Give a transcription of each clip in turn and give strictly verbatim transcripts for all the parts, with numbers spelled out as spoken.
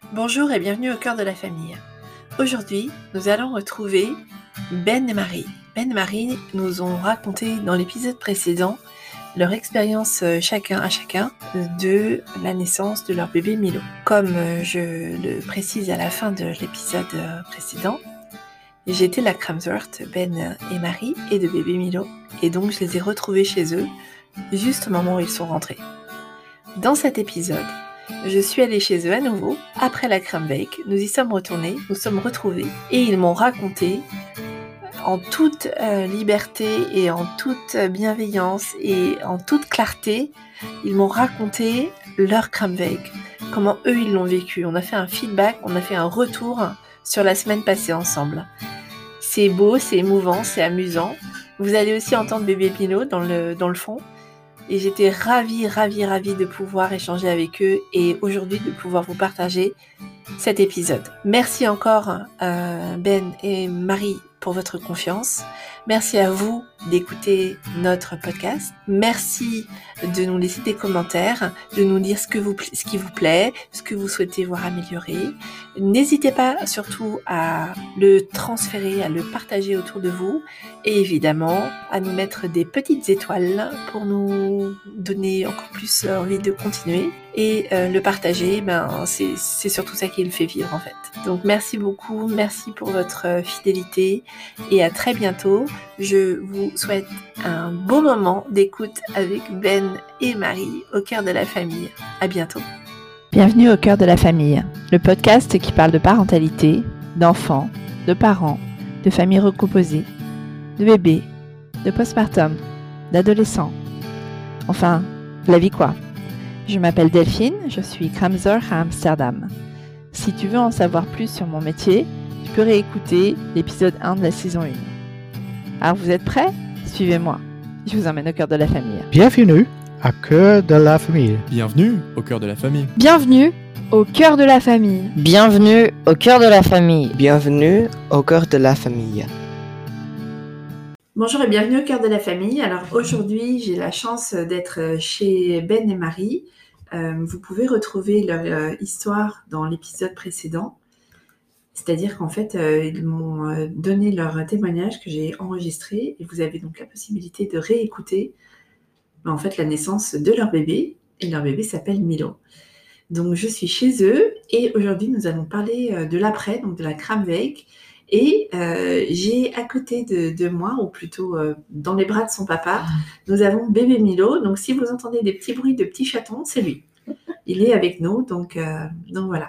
Bonjour et bienvenue au cœur de la famille. Aujourd'hui, nous allons retrouver Ben et Marie. Ben et Marie nous ont raconté dans l'épisode précédent leur expérience chacun à chacun de la naissance de leur bébé Milo. Comme je le précise à la fin de l'épisode précédent, j'étais la Cramsworth, Ben et Marie, et de bébé Milo, et donc je les ai retrouvés chez eux, juste au moment où ils sont rentrés. Dans cet épisode, je suis allée chez eux à nouveau, après la crème bake, nous y sommes retournés, nous sommes retrouvés, et ils m'ont raconté, en toute euh, liberté et en toute bienveillance et en toute clarté, ils m'ont raconté leur crème bake, comment eux ils l'ont vécu. On a fait un feedback, on a fait un retour sur la semaine passée ensemble. C'est beau, c'est émouvant, c'est amusant. Vous allez aussi entendre bébé Milo dans le, dans le fond. Et j'étais ravie, ravie, ravie de pouvoir échanger avec eux et aujourd'hui de pouvoir vous partager cet épisode. Merci encore euh, Ben et Marie pour votre confiance. Merci à vous d'écouter notre podcast. Merci de nous laisser des commentaires, de nous dire ce que vous, ce qui vous plaît, ce que vous souhaitez voir améliorer. N'hésitez pas surtout à le transférer, à le partager autour de vous et évidemment à nous mettre des petites étoiles pour nous donner encore plus envie de continuer. Et euh, le partager, ben, c'est, c'est surtout ça qui le fait vivre en fait. Donc merci beaucoup, merci pour votre fidélité et à très bientôt. Je vous souhaite un beau moment d'écoute avec Ben et Marie au cœur de la famille. À bientôt. Bienvenue au cœur de la famille, le podcast qui parle de parentalité, d'enfants, de parents, de familles recomposées, de bébés, de postpartum, d'adolescents. Enfin, la vie quoi. Je m'appelle Delphine, je suis Cramsworth à Amsterdam. Si tu veux en savoir plus sur mon métier, tu peux réécouter l'épisode un de la saison un. Alors vous êtes prêts ? Suivez-moi. Je vous emmène au cœur de la famille. Bienvenue au cœur de la famille. Bienvenue au cœur de la famille. Bienvenue au cœur de la famille. Bienvenue au cœur de la famille. Bienvenue au cœur de la famille. Bonjour et bienvenue au cœur de la famille. Alors aujourd'hui, j'ai la chance d'être chez Ben et Marie. Euh, vous pouvez retrouver leur euh, histoire dans l'épisode précédent. C'est-à-dire qu'en fait, euh, ils m'ont euh, donné leur témoignage que j'ai enregistré et vous avez donc la possibilité de réécouter ben, en fait, la naissance de leur bébé. Et leur bébé s'appelle Milo. Donc je suis chez eux et aujourd'hui, nous allons parler euh, de l'après, donc de la crème bake. Et euh, j'ai à côté de, de moi, ou plutôt euh, dans les bras de son papa, nous avons bébé Milo. Donc si vous entendez des petits bruits de petits chatons, c'est lui. Il est avec nous, donc, euh, donc voilà.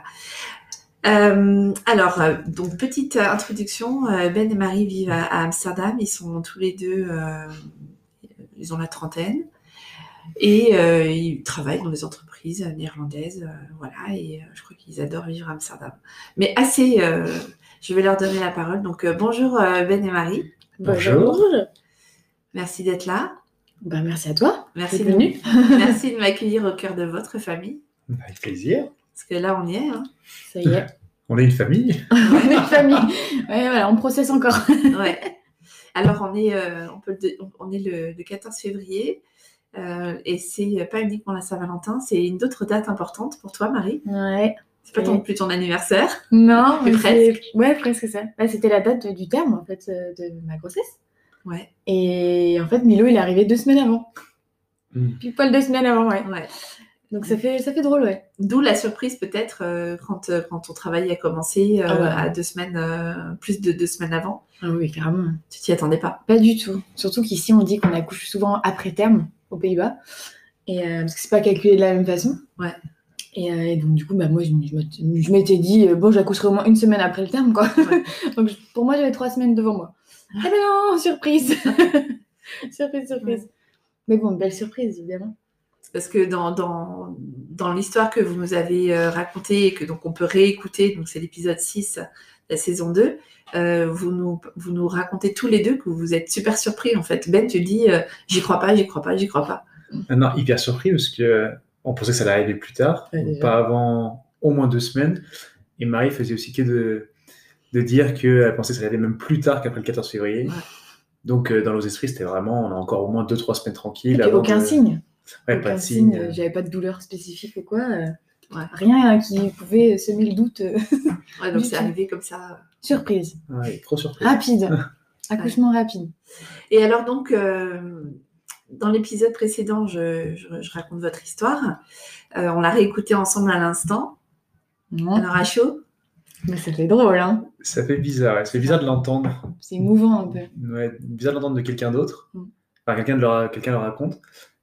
Euh, alors, euh, donc petite introduction, euh, Ben et Marie vivent à, à Amsterdam. Ils sont tous les deux, euh, ils ont la trentaine. Et euh, ils travaillent dans des entreprises néerlandaises. Euh, voilà, et euh, je crois qu'ils adorent vivre à Amsterdam. Mais assez... Euh, Je vais leur donner la parole. Donc, euh, bonjour euh, Ben et Marie. Bonjour. Merci d'être là. Ben, merci à toi. Merci de, venu. merci de m'accueillir au cœur de votre famille. Avec plaisir. Parce que là, on y est. Hein. Ça y est. On est une famille. On est une famille. Ouais, voilà, on processe encore. Ouais. Alors, on est, euh, on peut le, on est le, le quatorze février. Euh, et c'est pas uniquement la Saint-Valentin, c'est une autre date importante pour toi, Marie. Ouais. C'est pas ton, plus ton anniversaire. Non, mais presque. C'est... Ouais, presque ça. Là, c'était la date du terme, en fait, de ma grossesse. Ouais. Et en fait, Milo, il est arrivé deux semaines avant. Mm. Puis poil deux semaines avant, ouais. Ouais. Donc, ça fait, ça fait drôle, ouais. D'où la surprise, peut-être, euh, quand, euh, quand ton travail a commencé euh, Ah ouais. à deux semaines, euh, plus de deux semaines avant. Ah oui, carrément. Tu t'y attendais pas? Pas du tout. Surtout qu'ici, on dit qu'on accouche souvent après terme, aux Pays-Bas. Et, euh, parce que c'est pas calculé de la même façon. Ouais. Et, euh, et donc, du coup, bah, moi, je, je, je m'étais dit, euh, bon, j'accoucherai au moins une semaine après le terme, quoi. Ouais. Donc, pour moi, j'avais trois semaines devant moi. Ah ben non, surprise. Surprise, surprise. Ouais. Mais bon, belle surprise, évidemment. Parce que dans, dans, dans l'histoire que vous nous avez euh, racontée et que donc on peut réécouter, donc c'est l'épisode six de la saison deux, euh, vous, nous, vous nous racontez tous les deux que vous êtes super surpris en fait. Ben, tu dis euh, j'y crois pas, j'y crois pas, j'y crois pas. Non, hyper surpris parce qu'on pensait que ça allait arriver plus tard, ouais, donc pas avant au moins deux semaines. Et Marie faisait aussi que de, de dire qu'elle pensait que ça allait arriver même plus tard qu'après le quatorze février. Ouais. Donc euh, dans nos esprits, c'était vraiment, on a encore au moins deux trois semaines tranquilles. Et avant aucun de... signe. Ouais, aucun pas de signe. signe. J'avais pas de douleur spécifique ou quoi. Ouais. Rien qui pouvait semer le doute. euh, Ouais, donc Du c'est tout. arrivé comme ça. Surprise. Ouais, trop surprise. Rapide. Accouchement rapide. Et alors donc, euh, dans l'épisode précédent, je, je- je raconte votre histoire. Euh, on l'a réécouté ensemble à l'instant. Non. Alors à chaud, Mais c'était drôle, hein. Ça fait bizarre, ouais. Ça fait bizarre de l'entendre. C'est émouvant un peu. Ouais, bizarre de l'entendre de quelqu'un d'autre. Mm. Enfin, quelqu'un, de le, quelqu'un le raconte.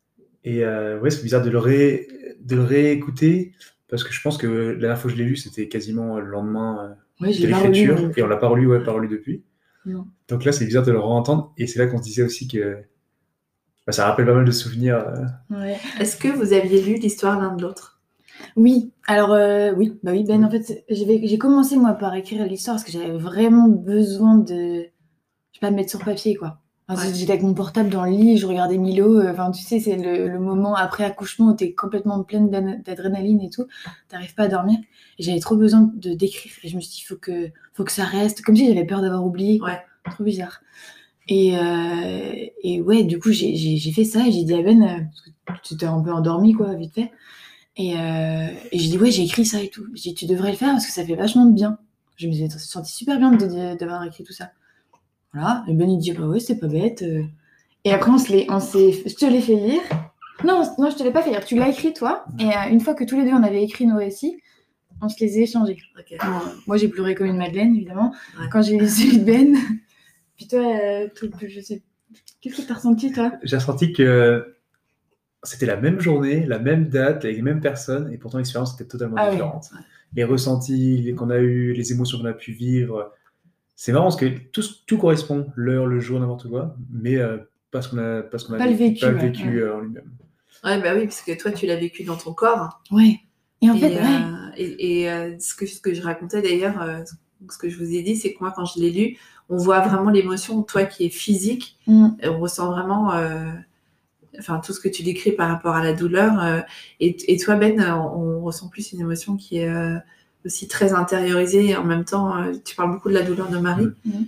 Et euh, ouais, c'est bizarre de le, ré, de le réécouter parce que je pense que la dernière fois que je l'ai lu, c'était quasiment le lendemain Ouais, euh, j'ai de pas relu. l'écriture. euh, Et on l'a pas relu, ouais, pas relu depuis. Non. Donc là, c'est bizarre de le re-entendre. Et c'est là qu'on se disait aussi que bah, ça rappelle pas mal de souvenirs. euh. Ouais. est-ce que vous aviez lu l'histoire l'un de l'autre? Oui, alors euh, oui, bah oui, Ben, en fait, j'ai j'ai commencé moi par écrire l'histoire parce que j'avais vraiment besoin de, je sais pas, mettre sur papier quoi. Enfin, Ouais. J'étais avec mon portable dans le lit, je regardais Milo, euh, enfin tu sais, c'est le, le moment après accouchement où t'es complètement pleine d'an- d'adrénaline et tout, t'arrives pas à dormir. Et j'avais trop besoin de d'écrire et je me suis dit, faut que, faut que ça reste, comme si j'avais peur d'avoir oublié, quoi. Ouais. Trop bizarre. Et, euh, et ouais, du coup, j'ai j'ai- j'ai fait ça et j'ai dit à Ben, euh, parce que tu t'es un peu endormi quoi, vite fait. Et, euh, et j'ai dit, ouais, j'ai écrit ça et tout. J'ai dit, tu devrais le faire parce que ça fait vachement de bien. Je me suis sentie super bien de- de- d'avoir écrit tout ça. Voilà. Et Ben, il dit, bah ouais, c'est pas bête. euh. Et après, on se l'est, on s'est, je te l'ai fait lire. Non, non, je te l'ai pas fait lire. Tu l'as écrit, toi. Et euh, une fois que tous les deux, on avait écrit nos récits, on se les a échangés. Ok. Bon, euh, moi, j'ai pleuré comme une madeleine, évidemment, Ouais. quand j'ai lu celui de Ben. Puis toi, euh, tout- je sais, qu'est-ce que t'as ressenti, toi? J'ai ressenti que c'était la même journée, la même date, avec les mêmes personnes, et pourtant l'expérience était totalement Ah oui. différente. Ouais. Les ressentis les- qu'on a eus, les émotions qu'on a pu vivre, c'est marrant parce que tout, tout correspond, l'heure, le jour, n'importe quoi, mais euh, parce qu'on a, parce qu'on a Pas le vécu, pas le ouais, vécu ouais. euh, en lui-même. Ouais, bah oui, parce que toi, tu l'as vécu dans ton corps. Ouais. Et en et, fait, euh, ouais. et, et, euh, ce, que, ce que je racontais d'ailleurs, euh, ce que je vous ai dit, c'est que moi, quand je l'ai lu, on voit vraiment l'émotion, toi qui est physique, Mm. et on ressent vraiment euh, enfin, tout ce que tu décris par rapport à la douleur. euh, et, et toi, Ben, on, on ressent plus une émotion qui est euh, aussi très intériorisée. Et en même temps, euh, tu parles beaucoup de la douleur de Marie.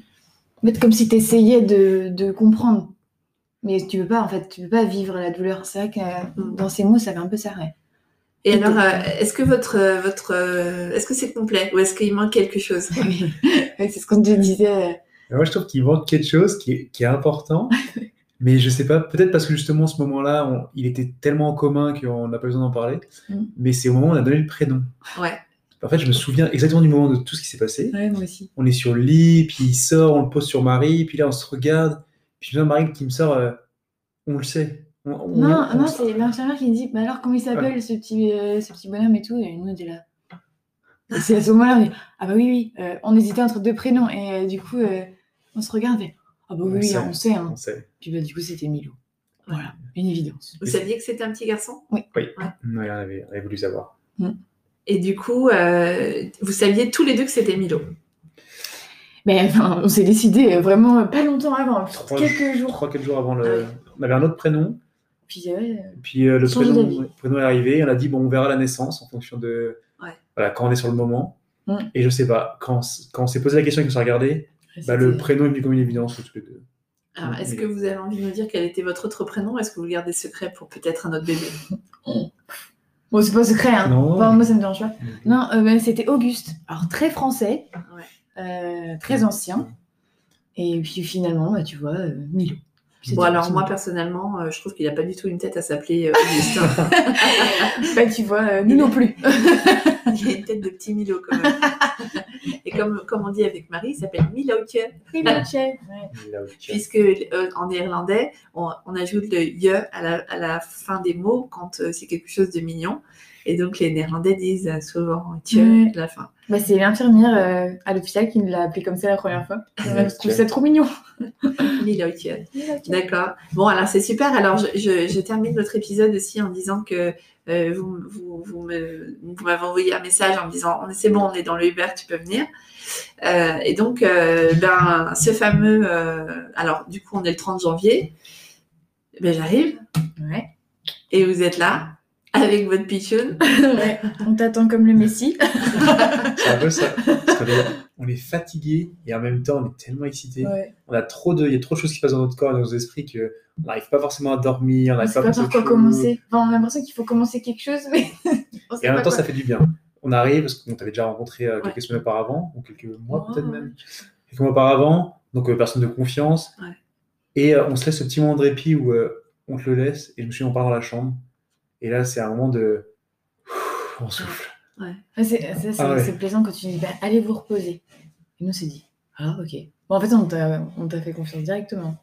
En fait, comme si tu essayais de, de comprendre. Mais tu peux pas, en fait, tu peux pas vivre la douleur. C'est vrai que euh, Mm. dans ces mots, ça fait un peu ça, ouais. Et Et alors, t'es- euh, est-ce que votre, euh, votre, euh, est-ce que c'est complet ou est-ce qu'il manque quelque chose? Ouais, c'est ce qu'on te disait. Et moi, je trouve qu'il manque quelque chose qui est, qui est important, mais je sais pas, peut-être parce que justement, ce moment-là, on- il était tellement en commun qu'on n'a pas besoin d'en parler, Mm. mais c'est au moment où on a donné le prénom. Ouais. En fait, je me souviens exactement du moment de tout ce qui s'est passé. Ouais, moi aussi. On est sur le lit, puis il sort, on le pose sur Marie, puis là, on se regarde, puis je vois Marie qui me sort, euh, on le sait. On- on- Non, on- non, c'est l'infirmière qui dit, bah alors comment il s'appelle ce petit, euh, ce petit bonhomme et tout, et nous on était là. Et c'est à ce moment-là, on dit, ah bah oui, oui, euh, on hésitait entre deux prénoms, et euh, du coup, euh, on se regarde, et, ah bah oui, On oui, sait. on sait, hein. on sait. Puis bah du coup, c'était Milo. Voilà, une évidence. Vous saviez que c'était un petit garçon? Oui, Ouais, on, avait, on avait voulu savoir. Et du coup, euh, vous saviez tous les deux que c'était Milo. Mais enfin, on s'est décidé euh, vraiment euh, pas longtemps avant, Trois- quelques jours. Trois, quatre jours avant le. Ah oui. On avait un autre prénom, Puis ouais, euh, puis euh, le Changer prénom, d'avis. le prénom est arrivé, on a dit, bon, on verra la naissance en fonction de. Ouais. Voilà, quand on est sur le moment. Mm. Et je sais pas, quand, quand on s'est posé la question et qu'on s'est regardé, bah, le c'était- prénom est venu comme une évidence tous les deux. Alors, est-ce Mais- que vous avez envie de nous dire quel était votre autre prénom? Est-ce que vous le gardez secret pour peut-être un autre bébé? Bon, c'est pas secret, hein. Non. Enfin, moi ça me dérange pas. Non, euh, ben, c'était Auguste. Alors très français, Ouais. euh, très ancien. Et puis finalement, bah, tu vois, euh, Milo. Puis Bon, c'était alors petit moi, Milo. personnellement, euh, je trouve qu'il n'a pas du tout une tête à s'appeler euh, Auguste. hein. Bah, tu vois, euh, nous non plus. Il a une tête de petit Milo, quand même. Et comme, comme on dit avec Marie, il s'appelle Milootje, Milo, ouais. Là, ok. puisque euh, en néerlandais, on, on ajoute le je à la, à la fin des mots quand euh, c'est quelque chose de mignon. Et donc, les Néerlandais disent euh, souvent tje Ouais. à la fin. Bah, c'est l'infirmière euh, à l'hôpital qui nous l'a appelé comme ça la première fois. Ouais, Je trouve ça trop mignon. Milootje. D'accord. Bon, alors c'est super. Alors, je, je, je termine notre épisode aussi en disant que euh, vous, vous, vous, me, vous m'avez envoyé un message en me disant on est- c'est bon, on est dans le Uber, tu peux venir. Euh, et donc, euh, ben, ce fameux. euh, alors, du coup, on est le trente janvier. Ben, j'arrive Ouais. et vous êtes là avec votre pitchoun. Ouais. On t'attend comme le Messie. C'est un peu ça. Parce qu'on est, on est fatigué et en même temps, on est tellement excité. Ouais. On a trop de, il y a trop de choses qui passent dans notre corps et dans nos esprits que on n'arrive pas forcément à dormir, on On n'arrive sait pas à pas penser par à quoi autre chose. commencer. Enfin, on a l'impression qu'il faut commencer quelque chose, mais on sait Et en pas même temps, quoi. ça fait du bien. On arrive, parce qu'on t'avait déjà rencontré euh, quelques Ouais. semaines auparavant, ou quelques mois Ouais, peut-être ouais. même, quelques mois auparavant, donc euh, personne de confiance. Ouais. Et euh, on se laisse ce petit moment de répit où euh, on te le laisse, et je me suis dit, on part dans la chambre. Et là, c'est un moment de. On souffle. Ouais. Ouais, c'est c'est- c'est- Ah ouais. c'est plaisant quand tu dis bah, allez vous reposer. Et nous, on s'est dit ah, ok. Bon, en fait, on t'a on t'a fait confiance directement.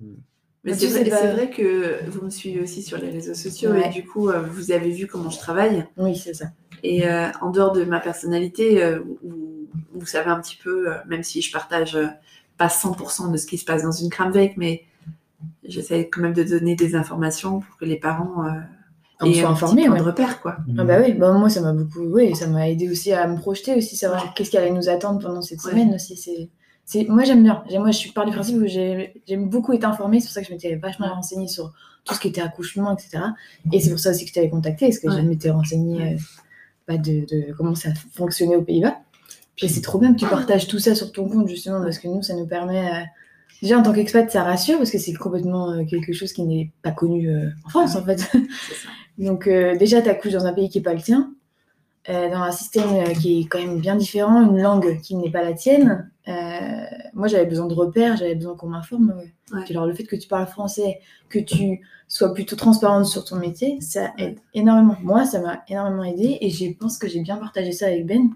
Mais Mais c'est tu vrai, sais pas- c'est vrai que vous me suivez aussi sur les réseaux sociaux Ouais. et du coup, euh, vous avez vu comment je travaille. Oui, c'est ça. Et euh, en dehors de ma personnalité, euh, vous, vous savez un petit peu, euh, même si je partage euh, pas cent pour cent de ce qui se passe dans une crème-veille, mais j'essaie quand même de donner des informations pour que les parents euh, On aient soit un informés, petit point ouais. de repère, quoi. Ah bah oui, bah moi ça m'a beaucoup, oui, ça m'a aidé aussi à me projeter aussi, savoir Ouais. qu'est-ce qui allait nous attendre pendant cette Ouais. semaine aussi. C'est, c'est, moi j'aime bien. J'ai- Moi je suis par du principe où j'ai, j'aime beaucoup être informée, c'est pour ça que je m'étais vachement Ouais. renseignée sur tout ce qui était accouchement, et cetera. Et c'est pour ça aussi que je t'avais contacté, parce que Ouais. je m'étais renseignée Ouais. euh, bah, de, de comment ça fonctionnait aux Pays-Bas. Puis c'est trop bien que tu partages tout ça sur ton compte justement, parce que nous ça nous permet. euh, Déjà en tant qu'expat ça rassure, parce que c'est complètement euh, quelque chose qui n'est pas connu euh, en France en fait. C'est ça. Donc euh, déjà, tu accouches dans un pays qui n'est pas le tien, euh, dans un système euh, qui est quand même bien différent, une langue qui n'est pas la tienne. Euh, moi, j'avais besoin de repères, j'avais besoin qu'on m'informe. Ouais. Ouais. Puis alors, le fait que tu parles français, que tu sois plutôt transparente sur ton métier, ça aide énormément. Moi, ça m'a énormément aidé et je pense que j'ai bien partagé ça avec Ben.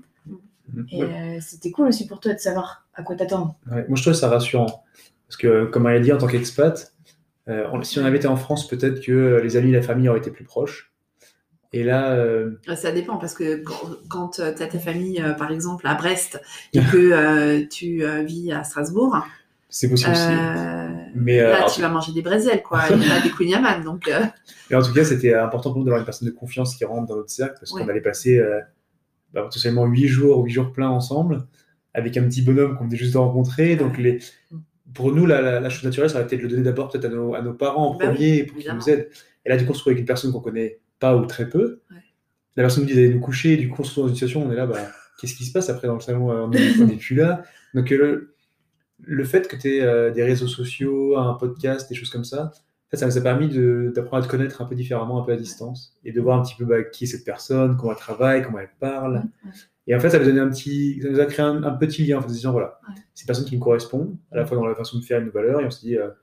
Et Ouais. euh, c'était cool aussi pour toi de savoir à quoi t'attendre. Ouais, moi, je trouve ça rassurant. Parce que, comme elle a dit, en tant qu'expat, euh, on- si on avait été en France, peut-être que les amis et la famille auraient été plus proches. Et là, euh, Ça dépend parce que quand, quand tu as ta famille, euh, par exemple, à Brest et que euh, tu euh, vis à Strasbourg, c'est possible aussi. euh, Mais, euh, là, alors, tu vas manger des bretzels, quoi, et pas des kouign-amann. Donc, euh, mais en tout cas, c'était important pour nous d'avoir une personne de confiance qui rentre dans notre cercle parce Ouais. qu'on allait passer euh, bah, potentiellement huit jours, huit jours pleins ensemble avec un petit bonhomme qu'on venait juste de rencontrer. Donc, les... pour nous, la, la, la chose naturelle, ça aurait été de le donner d'abord peut-être à nos, à nos parents en Bah oui, premier pour qu'ils évidemment. nous aident. Et là, du coup, on se retrouve avec une personne qu'on connaît pas ou très peu. Ouais. La personne nous dit d'aller nous coucher, et du coup, on se retrouve dans une situation où on est là, bah, qu'est-ce qui se passe après dans le salon? On n'est plus là. Donc, euh, le, le fait que tu aies euh, des réseaux sociaux, un podcast, des choses comme ça, en fait, ça nous a permis de- d'apprendre à te connaître un peu différemment, un peu à distance, et de voir un petit peu bah, qui est cette personne, comment elle travaille, comment elle parle. Ouais. Et en fait, ça nous a donné un petit, ça nous a créé un, un petit lien en fait, en se disant voilà, Ouais. c'est une personne qui me correspond, à la fois dans la façon de faire et nos valeurs, et on s'est dit euh,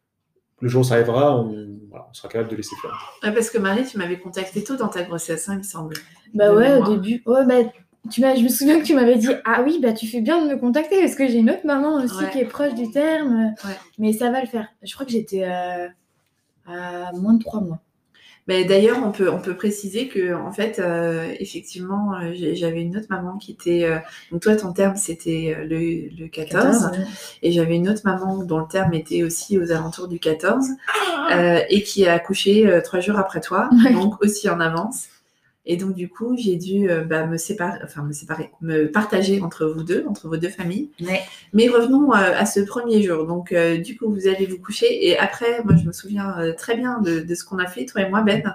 le jour où ça arrivera, on, voilà, on sera capable de laisser faire. ouais, parce que Marie, tu m'avais contacté tôt dans ta grossesse, hein, il me semble. Bah De ouais, mémoire. au début. Ouais, bah, tu m'as, je me souviens que tu m'avais dit ah oui, bah tu fais bien de me contacter parce que j'ai une autre maman aussi Ouais. qui est proche du terme. Ouais. Mais ça va le faire. Je crois que j'étais euh, à moins de trois mois. Mais d'ailleurs, on peut, on peut préciser que, en fait, euh, effectivement, euh, j'ai- j'avais une autre maman qui était. euh, donc, toi, ton terme, c'était euh, le, le quatorze. ouais. Et j'avais une autre maman dont le terme était aussi aux alentours du quatorze. euh, et qui a accouché euh, trois jours après toi. Ouais. Donc, aussi en avance. Et donc, du coup, j'ai dû euh, bah, me séparer, enfin, me séparer, me partager entre vous deux, entre vos deux familles. Ouais. Mais revenons euh, à ce premier jour. Donc, euh, du coup, vous allez vous coucher. Et après, moi, je me souviens euh, très bien de, de ce qu'on a fait, toi et moi, Ben.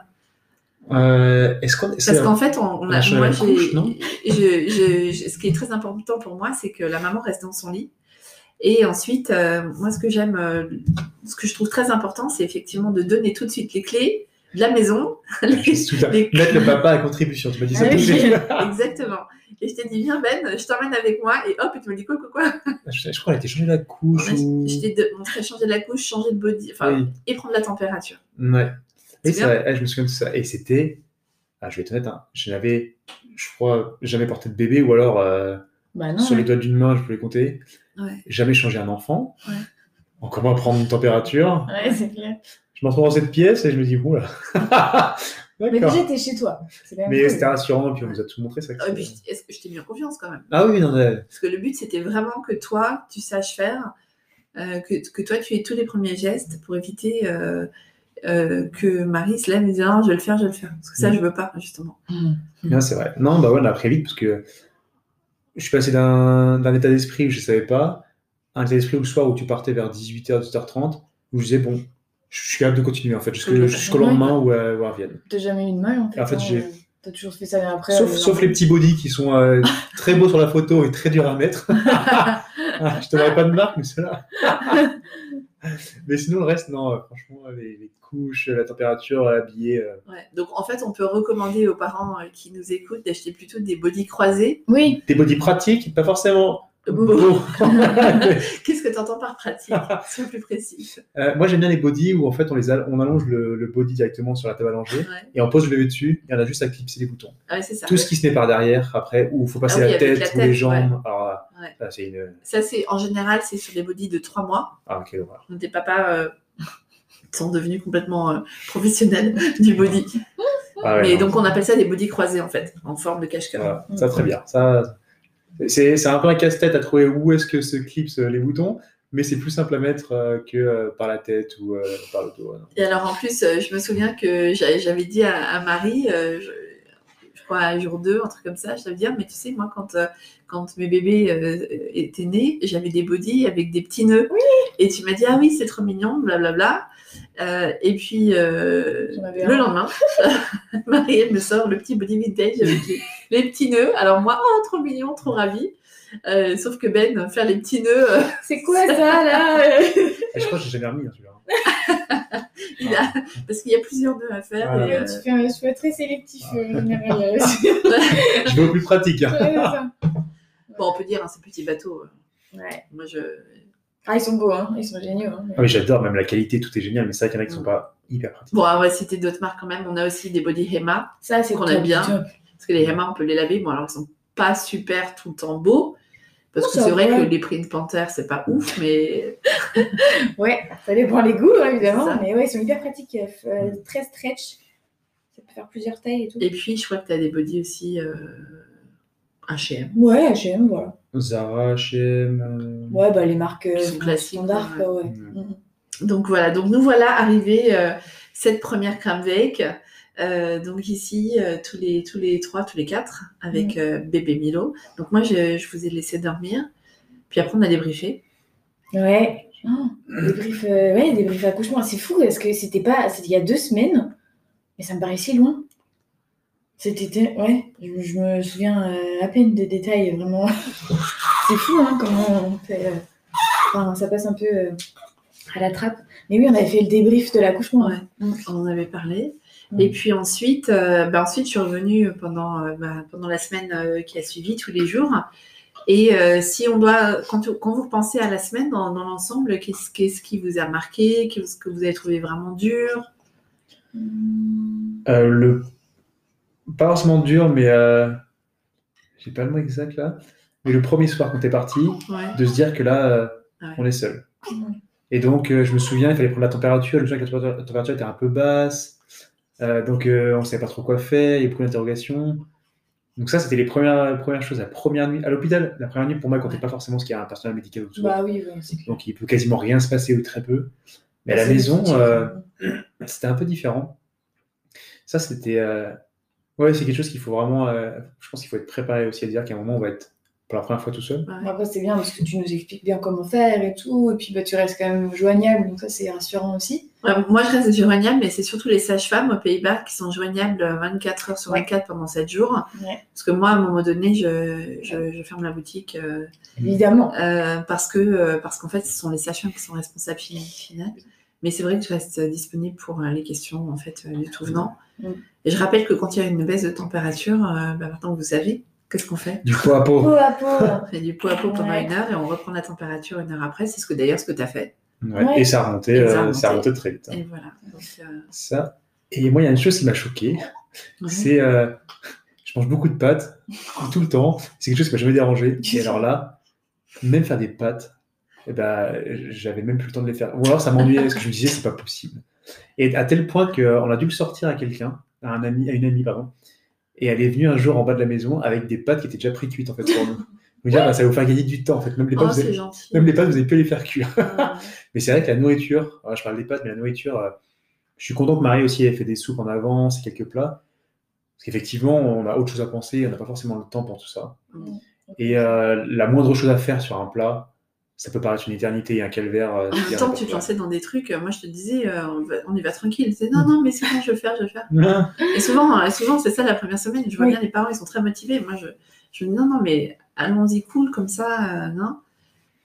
Euh, est-ce qu'on, Parce qu'en fait, on, on on a, a changé moi, la j'ai, couche, non je, je, je- ce qui est très important pour moi, c'est que la maman reste dans son lit. Et ensuite, euh, moi, ce que j'aime, euh, ce que je trouve très important, c'est effectivement de donner tout de suite les clés de la maison. Les- tout à- les- mettre le papa à contribution, tu m'as dit ça Ah tout de oui. suite. Exactement. Et je t'ai dit, viens Ben, je t'emmène avec moi. Et hop, et tu me dis quoi, quoi, quoi. je, je crois qu'elle a été changée la couche. ou... Je t'ai de- montré changer la couche, changer de body, enfin, Oui. et prendre la température. Ouais. C'est Et c'est bien. vrai, ouais, je me souviens de tout ça. Et c'était, ah, je vais être honnête, hein, je n'avais, je crois, jamais porté de bébé, ou alors euh, Bah non. sur les ouais. doigts d'une main, je peux les compter. Ouais. Jamais changé un enfant. Ouais. Encore moins prendre une température. Ouais, c'est clair. Je me retrouve dans cette pièce et je me dis, oula. Mais D'accord. déjà, t'es chez toi. C'est quand même Mais cool. c'était rassurant, puis on nous a tout montré ça. Ah, et puis, je- est-ce que je t'ai mis en confiance quand même? Ah oui, non, mais... Parce que le but, c'était vraiment que toi, tu saches faire, euh, que, que toi, tu aies tous les premiers gestes pour éviter euh, euh, que Marie se lève et dise non, je vais le faire, je vais le faire. Parce que ça, Mm. je veux pas, justement. Mhm. Non, c'est vrai. Non, bah ouais, on a appris vite parce que je suis passé d'un, d'un état d'esprit où je savais pas à un état d'esprit où le soir où tu partais vers dix-huit heures, dix-huit heures trente, où je disais, bon, je suis capable de continuer en fait, jusqu'au, Oui, jusqu'au oui. lendemain où, euh, où elle revienne. T'as jamais eu de mal en fait. En fait, hein, j'ai- euh, T'as toujours fait ça après. Sauf, euh, sauf les petits bodys qui sont euh, très beaux sur la photo et très durs à mettre. Ah, je te donnerai pas de marque, mais ceux-là. Mais sinon, le reste, non, euh, franchement, les, les couches, la température, l'habillé. Euh... Ouais. Donc en fait, on peut recommander aux parents euh, qui nous écoutent d'acheter plutôt des bodys croisés. Oui. Des bodys pratiques, pas forcément. Bon. Bon. Qu'est-ce que tu entends par pratique? Sois plus précis. Euh, moi, j'aime bien les bodys où en fait on, les a... on allonge le, le body directement sur la table allongée Ouais. et on pose le bébé dessus et on a juste à clipser les boutons. Ah ouais, c'est ça. Tout ce qui se met par derrière après, où il faut passer Ah oui, la, avec tête, la ou tête, les jambes. ouais. Alors là, Ouais. ça, c'est une. Ça, c'est en général, c'est sur les bodys de trois mois. Ah, quelle horreur. Donc des papas euh, sont devenus complètement euh, professionnels du body. Ah ouais, Mais non. donc on appelle ça des bodys croisés en fait, en forme de cache-cœur. Voilà. Ça, très bien. Ça, c'est, c'est un peu un casse-tête à trouver où est-ce que se clipsent les boutons, mais c'est plus simple à mettre euh, que euh, par la tête ou euh, par le dos. Ouais, non. Et alors en plus, euh, je me souviens que j'avais, j'avais dit à, à Marie, euh, je, je crois à jour deux, un truc comme ça, je t'avais dit, mais tu sais, moi quand, euh, quand mes bébés euh, étaient nés, j'avais des bodys avec des petits nœuds. Oui. Et tu m'as dit, ah oui, c'est trop mignon, blablabla. Euh, et puis euh, le un. lendemain, Marie elle me sort le petit body vintage avec les, les petits nœuds. Alors moi, oh, trop mignon, trop ravie. Euh, sauf que Ben, faire les petits nœuds. Euh, c'est quoi ça là? Et je crois que j'ai jamais remis, hein, celui-là. Il a... Parce qu'il y a plusieurs nœuds à faire. Voilà. Et, euh... Tu fais un choix très sélectif, euh, général. Je vais au plus pratique. Hein. Ouais, ça. Bon, on peut dire, hein, ces petits bateaux. Ouais. Moi, je. Ah, ils sont beaux, hein. Ils sont géniaux. Hein. Ah oui, j'adore, même la qualité, tout est génial, mais c'est vrai qu'il y en a qui sont pas hyper pratiques. Bon, on va citer d'autres marques quand même. On a aussi des body Hema. Ça, c'est qu'on top, aime bien. top. Parce que les Hema, on peut les laver. Bon, alors, ils sont pas super tout le temps beaux. Parce Oh, que c'est vrai va. que les Print Panther, c'est pas ouf, mais. Ouais, ça dépend les goûts, hein, évidemment. Ça. Mais ouais, ils sont hyper pratiques. Euh, très stretch. Ça peut faire plusieurs tailles et tout. Et puis, je crois que tu as des bodys aussi euh... H et M. Ouais, H et M, voilà. Zara, H et M. Ouais, bah les marques Qui sont classiques, standards, ouais. quoi, ouais. Mmh. Donc voilà, donc nous voilà arrivés euh, cette première crème Wake. Euh, donc ici, euh, tous, les, tous les trois, tous les quatre, avec Mm. euh, bébé Milo. Donc moi, je, je vous ai laissé dormir. Puis après, on a débriefé. Ouais. Oh, des briefs, euh, ouais, des briefs accouchement. C'est fou parce que c'était pas, c'était il y a deux semaines, mais ça me paraissait loin. C'était, ouais, je, je me souviens euh, à peine des détails, vraiment. C'est fou, hein, comment on fait. Euh... Enfin, ça passe un peu euh, à la trappe. Mais oui, on avait fait le débrief de l'accouchement. Ouais, on en avait parlé. Mm. Et puis ensuite, euh, bah ensuite, je suis revenue pendant, euh, bah, pendant la semaine euh, qui a suivi, tous les jours. Et euh, si on doit, quand, quand vous pensez à la semaine dans, dans l'ensemble, qu'est-ce, qu'est-ce qui vous a marqué, qu'est-ce que vous avez trouvé vraiment dur? euh, le... Pas forcément dur, mais euh... j'ai pas le mot exact là. Mais le premier soir quand t'es parti, ouais. de se dire que là, euh, ouais. on est seul. Mmh. Et donc, euh, je me souviens, il fallait prendre la température. Le jour que la température était un peu basse. Euh, donc, euh, on ne savait pas trop quoi faire. Il y a beaucoup d'interrogations. Donc, ça, c'était les premières, premières choses. La première nuit à l'hôpital, la première nuit, pour moi, elle ne comptait pas forcément ce qu'il y a un personnel médical autour. Bah oui, oui, c'est clair. Donc, il ne peut quasiment rien se passer ou très peu. Mais à la maison, euh, c'était un peu différent. Ça, c'était. Euh... Ouais, c'est quelque chose qu'il faut vraiment. Euh... Je pense qu'il faut être préparé aussi à dire qu'à un moment, on va être pour la première fois tout seul. Ouais. Après, c'est bien parce que tu nous expliques bien comment faire et tout. Et puis, bah, tu restes quand même joignable. Donc, ça, c'est rassurant aussi. Ouais, moi, je reste joignable, mais c'est surtout les sages-femmes aux Pays-Bas qui sont joignables vingt-quatre heures sur vingt-quatre pendant sept jours. Ouais. Parce que moi, à un moment donné, je, je, je ferme la boutique. Euh, Évidemment. Euh, parce, que, euh, parce qu'en fait, ce sont les sages-femmes qui sont responsables finales. Mais c'est vrai que je reste disponible pour euh, les questions en fait, euh, du tout venant. Mmh. Et je rappelle que quand il y a une baisse de température, euh, bah, maintenant vous savez, qu'est-ce qu'on fait? Du pot à pot. Pot à pot. On fait du pot à pot pendant ouais. une heure et on reprend la température une heure après. C'est ce que d'ailleurs ce que tu as fait. Ouais. Ouais. Et ça a remonté, euh, ça a remonté. Ça a remonté très vite. Hein. Et voilà. Donc, euh... ça. Et moi, il y a une chose qui m'a choquée. Mmh. C'est, euh, je mange beaucoup de pâtes tout le temps. C'est quelque chose qui m'a jamais dérangé. Et alors là, même faire des pâtes, eh ben, j'avais même plus le temps de les faire. Ou alors ça m'ennuyait parce que je me disais c'est pas possible. Et à tel point qu'on a dû le sortir à quelqu'un, à un ami, à une amie pardon. Et elle est venue un jour en bas de la maison avec des pâtes qui étaient déjà pré-cuites en fait pour nous. Me dire bah, ça va vous faire gagner du temps en fait. Même les pâtes, oh, vous, avez, même les pâtes vous avez pu les faire cuire. Mais c'est vrai que la nourriture, alors je parle des pâtes, mais la nourriture, euh, je suis content que Marie aussi ait fait des soupes en avance et quelques plats. Parce qu'effectivement, on a autre chose à penser, on n'a pas forcément le temps pour tout ça. Mm. Et euh, la moindre chose à faire sur un plat, ça peut paraître une éternité et un calvaire. Euh, en même temps que tu te lançais dans des trucs, moi je te disais, euh, on, va, on y va tranquille. C'est non, non, mais c'est bon, je vais faire, je vais faire. et souvent, euh, souvent c'est ça la première semaine. Je vois oui. bien les parents, ils sont très motivés. Moi je, je me dis non, non, mais allons-y cool, comme ça, euh, non.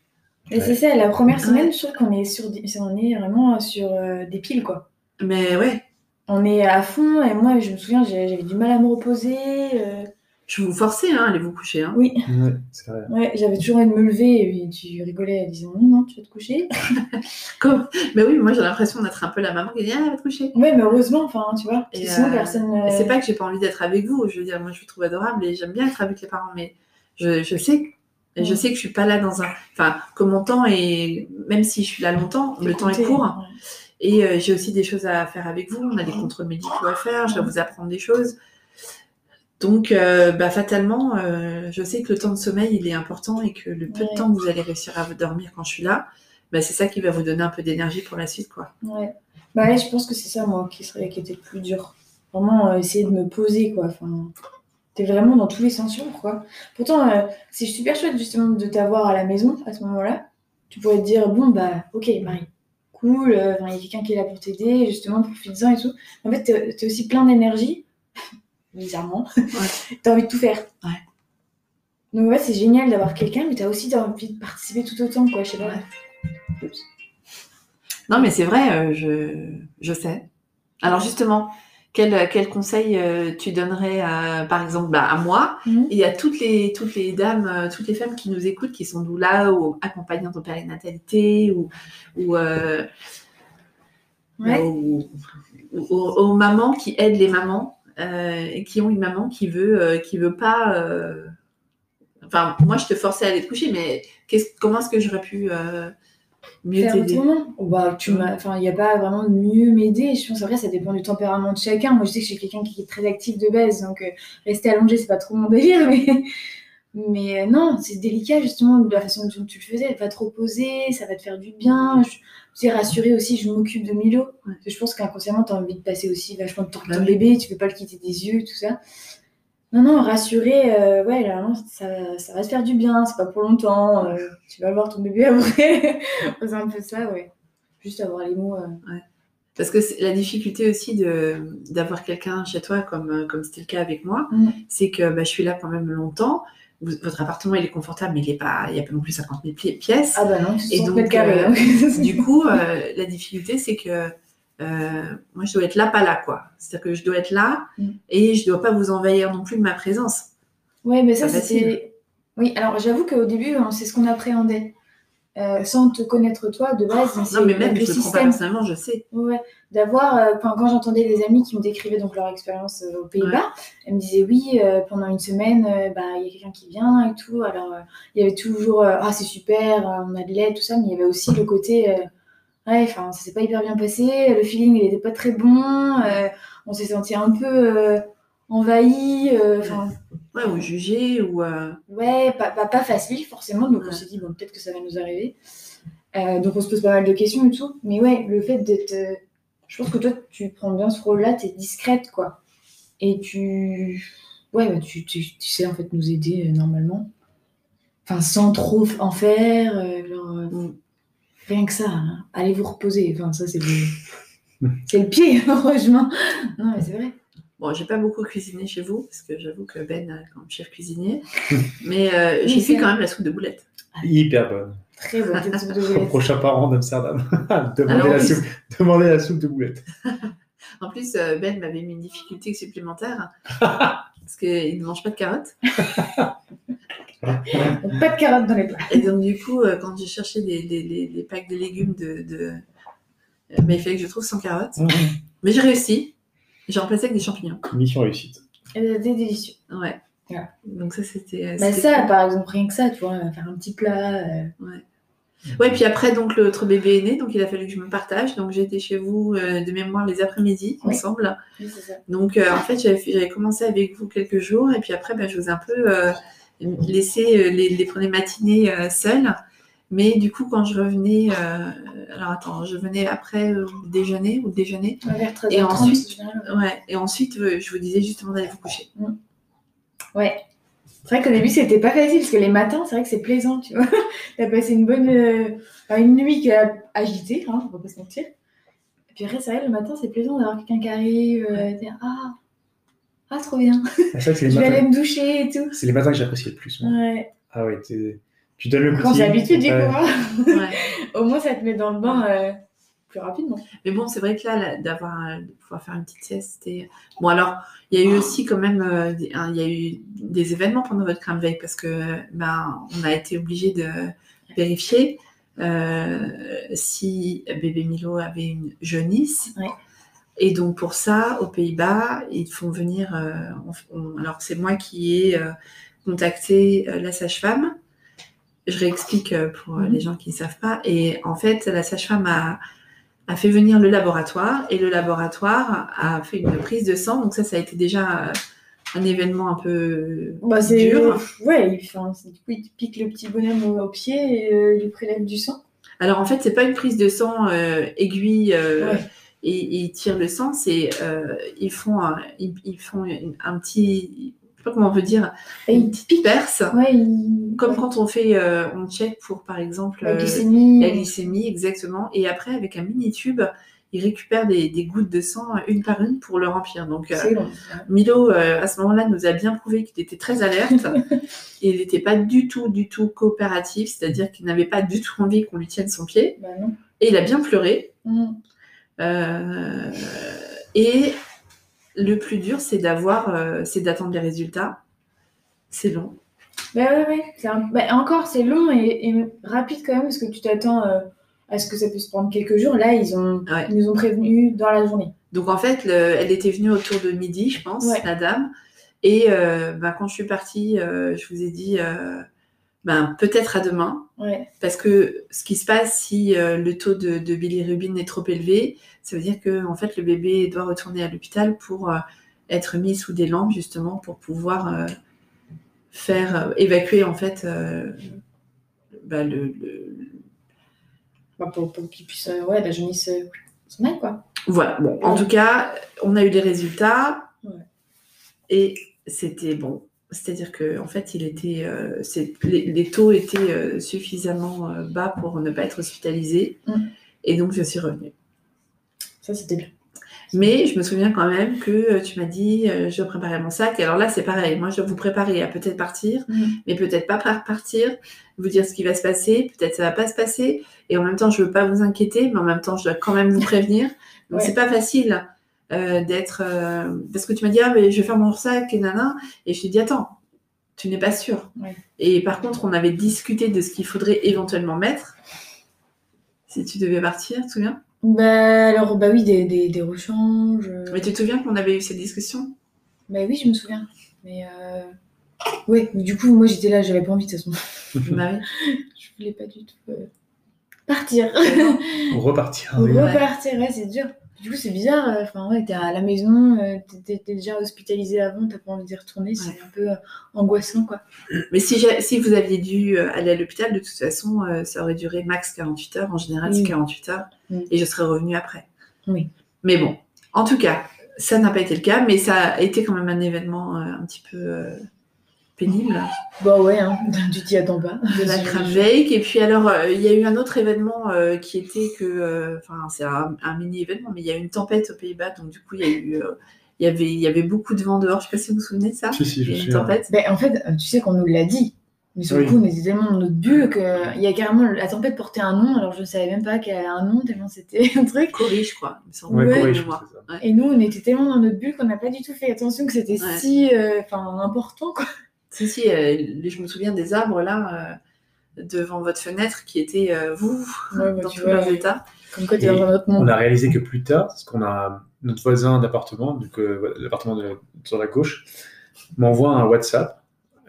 Et Ouais. c'est ça, la première semaine, Ouais. je trouve qu'on est, sur des- on est vraiment sur euh, des piles, quoi. Mais ouais, On est à fond, et moi, je me souviens, j'ai- j'avais du mal à me reposer. euh, je vous forçais hein, à aller vous coucher. Hein. Oui, Ouais, c'est vrai. ouais, j'avais toujours envie de me lever, et puis tu rigolais en disant non, non, tu vas te coucher. Comme... Mais oui, moi j'ai l'impression d'être un peu la maman qui dit ah, va te coucher. Ouais, mais heureusement, enfin, tu vois, parce Et, que sinon, euh, personne. et euh, c'est pas que j'ai pas envie d'être avec vous. Je veux dire, moi je vous trouve adorable et j'aime bien être avec les parents, mais je, je sais que et je Ouais. sais que je suis pas là dans un. Enfin, que mon temps est. Même si je suis là longtemps, t'es le temps est compté, court. ouais. Et euh, j'ai aussi des choses à faire avec vous. On a des contrôles médicaux à faire. Je dois vous apprendre des choses. Donc, euh, bah, fatalement, euh, je sais que le temps de sommeil, il est important et que le peu Ouais. de temps que vous allez réussir à vous dormir quand je suis là, bah, c'est ça qui va vous donner un peu d'énergie pour la suite, quoi. Ouais. Bah ouais, je pense que c'est ça, moi, qui, serait, qui était le plus dur. Vraiment, euh, essayer de me poser, quoi. Enfin, t'es vraiment dans tous les sens libres, quoi. Pourtant, euh, c'est super chouette, justement, de t'avoir à la maison, à ce moment-là. Tu pourrais te dire, bon, bah, ok, Marie, cool, euh, enfin, il y a quelqu'un qui est là pour t'aider, justement, profites-en et tout. En fait, t'es, t'es aussi plein d'énergie, bizarrement. T'as envie de tout faire. Ouais. Donc, ouais, c'est génial d'avoir quelqu'un, mais t'as aussi envie de participer tout autant, quoi, je sais pas. Ouais. Oups. Non, mais c'est vrai, euh, je, je sais. Alors justement, quel, quel conseil euh, tu donnerais, à, par exemple, bah, à moi Mhm. et à toutes les, toutes les dames, euh, toutes les femmes qui nous écoutent, qui sont doula ou accompagnantes en périnatalité ou, ou, euh, Ouais. ou- ou- aux, aux mamans qui aident les mamans euh, et qui ont une maman qui veut, euh, qui veut pas. euh, Enfin, moi, je te forçais à aller te coucher, mais qu'est-ce, comment est-ce que j'aurais pu euh, mieux Faire t'aider? autrement. Oh, bah, tu m'as... Enfin, il n'y a pas vraiment de mieux m'aider. Je pense après, ça dépend du tempérament de chacun. Moi, je sais que je suis quelqu'un qui est très actif de base, donc euh, rester allongé, c'est pas trop mon délire. Mais, mais euh, non, c'est délicat justement de la façon dont tu le faisais. Va te reposer, ça va te faire du bien. Je, tu sais, rassurer aussi, je m'occupe de Milo. Ouais. Je pense qu'inconsciemment, tu as envie de passer aussi vachement de temps avec Bah ton oui. bébé, tu peux pas le quitter des yeux, tout ça. Non, non, rassurer, euh, ouais, là, non, ça, ça va te faire du bien, c'est pas pour longtemps, euh, tu vas voir ton bébé après. C'est un peu ça, ouais. Juste avoir les mots. euh, Parce que c'est la difficulté aussi de, d'avoir quelqu'un chez toi, comme, comme c'était le cas avec moi, Mm. c'est que bah, je suis là quand même longtemps. Vous- votre appartement, il est confortable, mais il n'y a pas non plus cinquante mille pi- pièces. Ah bah non, Et soixante donc, mètres carrés. euh, hein. du coup, euh, la difficulté, c'est que euh, moi, je dois être là, pas là, quoi. C'est-à-dire que je dois être là Mm. et je ne dois pas vous envahir non plus de ma présence. Ouais, mais ça, Pas facile. c'était. Oui, alors j'avoue qu'au début, hein, c'est ce qu'on appréhendait. Euh, sans te connaître toi de base, c'est Non, mais même, le je ne le prends pas système. personnellement, je sais. Ouais, d'avoir, euh, quand, quand j'entendais des amis qui me décrivaient donc leur expérience euh, aux Pays-Bas, elles me disaient oui, euh, pendant une semaine, euh, bah, il y a quelqu'un qui vient et tout. Alors, euh, il y avait toujours, euh, ah, c'est super, euh, on a de l'aide, tout ça, mais il y avait aussi le côté, euh, ouais, enfin, ça s'est pas hyper bien passé, le feeling, il était pas très bon, euh, on s'est senti un peu euh, envahi, enfin, Ouais, ou juger, ou. euh, ouais, pas, pas, pas facile forcément, donc on Ouais. s'est dit, bon, peut-être que ça va nous arriver. Euh, donc on se pose pas mal de questions et tout. Mais ouais, le fait d'être. euh, Je pense que toi, tu prends bien ce rôle-là, t'es discrète, quoi. Et tu. Ouais, bah, tu, tu, tu sais en fait nous aider euh, normalement. Enfin, sans trop f- en faire. euh, genre, euh, Mm. rien que ça. Hein. Allez vous reposer. Enfin, ça, c'est le. C'est le pied, heureusement. Non, mais c'est vrai. Bon, j'ai pas beaucoup cuisiné chez vous, parce que j'avoue que Ben est quand même chef cuisinier. Mais euh, Oui, j'ai c'est fait quand vrai. même la soupe de boulettes. Hyper bonne. Très bonne tête de soupe de Au boulettes. prochain parent d'Amsterdam. demandez, Alors, la oui. soupe, demandez la soupe de boulettes. En plus, euh, Ben m'avait mis une difficulté supplémentaire, parce qu'il ne mange pas de carottes. Donc, pas de carottes dans les plats. Et donc, du coup, euh, quand j'ai cherché des, des, des, des packs de légumes, de, de... euh, ben, il fallait que je trouve sans carottes. Mais j'ai réussi. J'ai remplacé avec des champignons. Mission réussite. Euh, C'était délicieux. Ouais. Voilà. Donc ça, c'était... Bah, c'était ça, cool. par exemple, rien que ça, tu vois, faire un petit plat. euh, Ouais, puis après, donc, l'autre bébé est né, donc il a fallu que je me partage. Donc, j'ai été chez vous euh, de mémoire les après-midi, Oui. ensemble. Oui, c'est ça. Donc, euh, en fait, j'avais, fait- j'avais commencé avec vous quelques jours, et puis après, ben, je vous ai un peu euh, laissé euh, les, les premières matinées euh, seules. Mais du coup, quand je revenais, euh, alors attends, je venais après euh, le déjeuner ou le déjeuner, Ouais, vers treize et heures trente, ensuite, en général. ouais, et ensuite, euh, je vous disais justement d'aller vous coucher. Ouais. C'est vrai qu'au début, c'était pas facile parce que les matins, c'est vrai que c'est plaisant, tu vois. T'as passé une bonne. euh, enfin, une nuit qui a agité, hein, on va pas se mentir. Et puis après, c'est vrai, le matin, c'est plaisant d'avoir quelqu'un qui arrive, euh, dire ah, ah, trop bien, C'est vrai que c'est je les, vais aller matins, me doucher et tout. c'est les matins que j'apprécie le plus. Moi. Ouais. Ah ouais, t'es- Tu donnes le Quand petit. c'est habitué, du coup, Ouais. hein. Ouais. Au moins, ça te met dans le bain euh, plus rapidement. Mais bon, c'est vrai que là, là, d'avoir, euh, de pouvoir faire une petite sieste, c'était. Bon, alors, il y a eu aussi quand même, euh, des- hein, il y a eu des événements pendant votre crème veille parce que ben, on a été obligé de vérifier euh, si bébé Milo avait une jaunisse. Ouais. Et donc pour ça, aux Pays-Bas, ils font venir. euh, on- on- alors c'est moi qui ai euh, contacté euh, la sage-femme. Je réexplique euh, pour euh, Mhm. les gens qui ne savent pas. Et en fait, la sage-femme a, a fait venir le laboratoire et le laboratoire a fait une prise de sang. Donc ça, ça a été déjà euh, un événement un peu Bah, c'est... dur. Ouais, il, enfin, c'est- du coup, il te pique le petit bonhomme au, au pied et euh, il lui prélève du sang. Alors en fait, c'est pas une prise de sang euh, aiguille euh, Ouais. et, et ils tirent le sang. C'est euh, ils font un, ils, ils font une- un petit, je sais pas comment on peut dire, Et une il petite pique. perce. Ouais, il... Comme ouais. quand on fait, euh, on check pour par exemple La euh, glycémie. la glycémie, exactement. Et après, avec un mini tube, ils récupèrent des, des gouttes de sang euh, une par une pour le remplir. Donc, euh, C'est long. Milo, euh, à ce moment-là, nous a bien prouvé qu'il était très alerte. Et il n'était pas du tout, du tout coopératif, c'est-à-dire qu'il n'avait pas du tout envie qu'on lui tienne son pied. Bah non. Et il a bien pleuré. Mm. Euh, et le plus dur, c'est d'avoir, euh, c'est d'attendre les résultats. C'est long. Bah ouais, ouais. C'est un- bah, encore, c'est long et, et rapide quand même parce que tu t'attends euh, à ce que ça puisse prendre quelques jours. Là, ils, ont... Ouais. ils nous ont prévenus dans la journée. Donc en fait, le- elle était venue autour de midi, je pense, Ouais. la dame. Et euh, bah, quand je suis partie, euh, je vous ai dit, euh, ben, peut-être à demain. Ouais. Parce que ce qui se passe si euh, le taux de, de bilirubine est trop élevé, ça veut dire que en fait, le bébé doit retourner à l'hôpital pour euh, être mis sous des lampes, justement, pour pouvoir euh, faire euh, évacuer en fait euh, bah, le, le- Bah, pour, pour qu'ils puissent, euh, ouais, la jaunisse euh, s'en aille, quoi. Voilà. Bon, en tout cas, on a eu les résultats Ouais. et c'était bon. C'est-à-dire que en fait, il était, euh, c'est, les, les taux étaient euh, suffisamment euh, bas pour ne pas être hospitalisé. Mm. Et donc, je suis revenue. Ça, c'était bien. Mais je me souviens quand même que euh, tu m'as dit, euh, je préparais mon sac. Et alors là, c'est pareil. Moi, je dois vous préparer à peut-être partir, Mm. mais peut-être pas par- partir. Vous dire ce qui va se passer. Peut-être ça va pas se passer. Et en même temps, je veux pas vous inquiéter, mais en même temps, je dois quand même vous prévenir. Donc, Ouais. c'est pas facile euh, d'être... euh, parce que tu m'as dit, ah, mais je vais faire mon sac et nana. Et je t'ai dit, attends, tu n'es pas sûre. Ouais. Et par contre, on avait discuté de ce qu'il faudrait éventuellement mettre si tu devais partir, tu te souviens? Bah, alors, bah oui, des, des, des rechanges. euh, Mais tu te souviens qu'on avait eu cette discussion? Bah oui, je me souviens. Mais euh... ouais, mais du coup, moi j'étais là, j'avais pas envie de toute façon. Bah oui. Je voulais pas du tout euh, partir. Pour repartir. Ou oui. repartir, ouais, c'est dur. Du coup, c'est bizarre. euh, Enfin, ouais, t'es à la maison, euh, t'es, t'es déjà hospitalisé avant, t'as pas envie d'y retourner, c'est Ouais. un peu euh, angoissant, quoi. Mais si, j'ai- si vous aviez dû euh, aller à l'hôpital, de toute façon, euh, ça aurait duré max quarante-huit heures. En général, c'est Oui. quarante-huit heures. Oui. Et je serais revenue après. Oui. Mais bon, en tout cas, ça n'a pas été le cas, mais ça a été quand même un événement euh, un petit peu euh, pénible Bah ouais, hein, tu t'y attends pas. de la crème Wake. Et puis alors, euh, il y a eu un autre événement euh, qui était que, euh, enfin, c'est un, un mini événement, mais il y a eu une tempête aux Pays-Bas, donc du coup, il y a eu, euh, il y avait, il y avait beaucoup de vent dehors. Je sais pas si vous vous souvenez de ça. Si, si, je Il y a eu suis une tempête. Ben, en fait, euh, tu sais qu'on nous l'a dit. Mais sur le Oui. coup, on était tellement dans notre bulle qu'il y a carrément la tempête portait un nom, alors je ne savais même pas qu'elle avait un nom, tellement c'était un truc. Corée, je crois. Il me semble. Ouais, Ouais. Corée, De je mémoire. crois, c'est ça. Ouais. Et nous, on était tellement dans notre bulle qu'on n'a pas du tout fait attention que c'était Ouais. si euh, enfin, important, quoi. Si, si, euh, je me souviens des arbres là, euh, devant votre fenêtre, qui étaient, euh, vous, Ouais, bah, dans tu tous vois, leurs états. Comme quoi, t'es Et dans un autre On monde. a réalisé que plus tard, parce qu'on a notre voisin d'appartement, donc euh, l'appartement de- sur la gauche, m'envoie un WhatsApp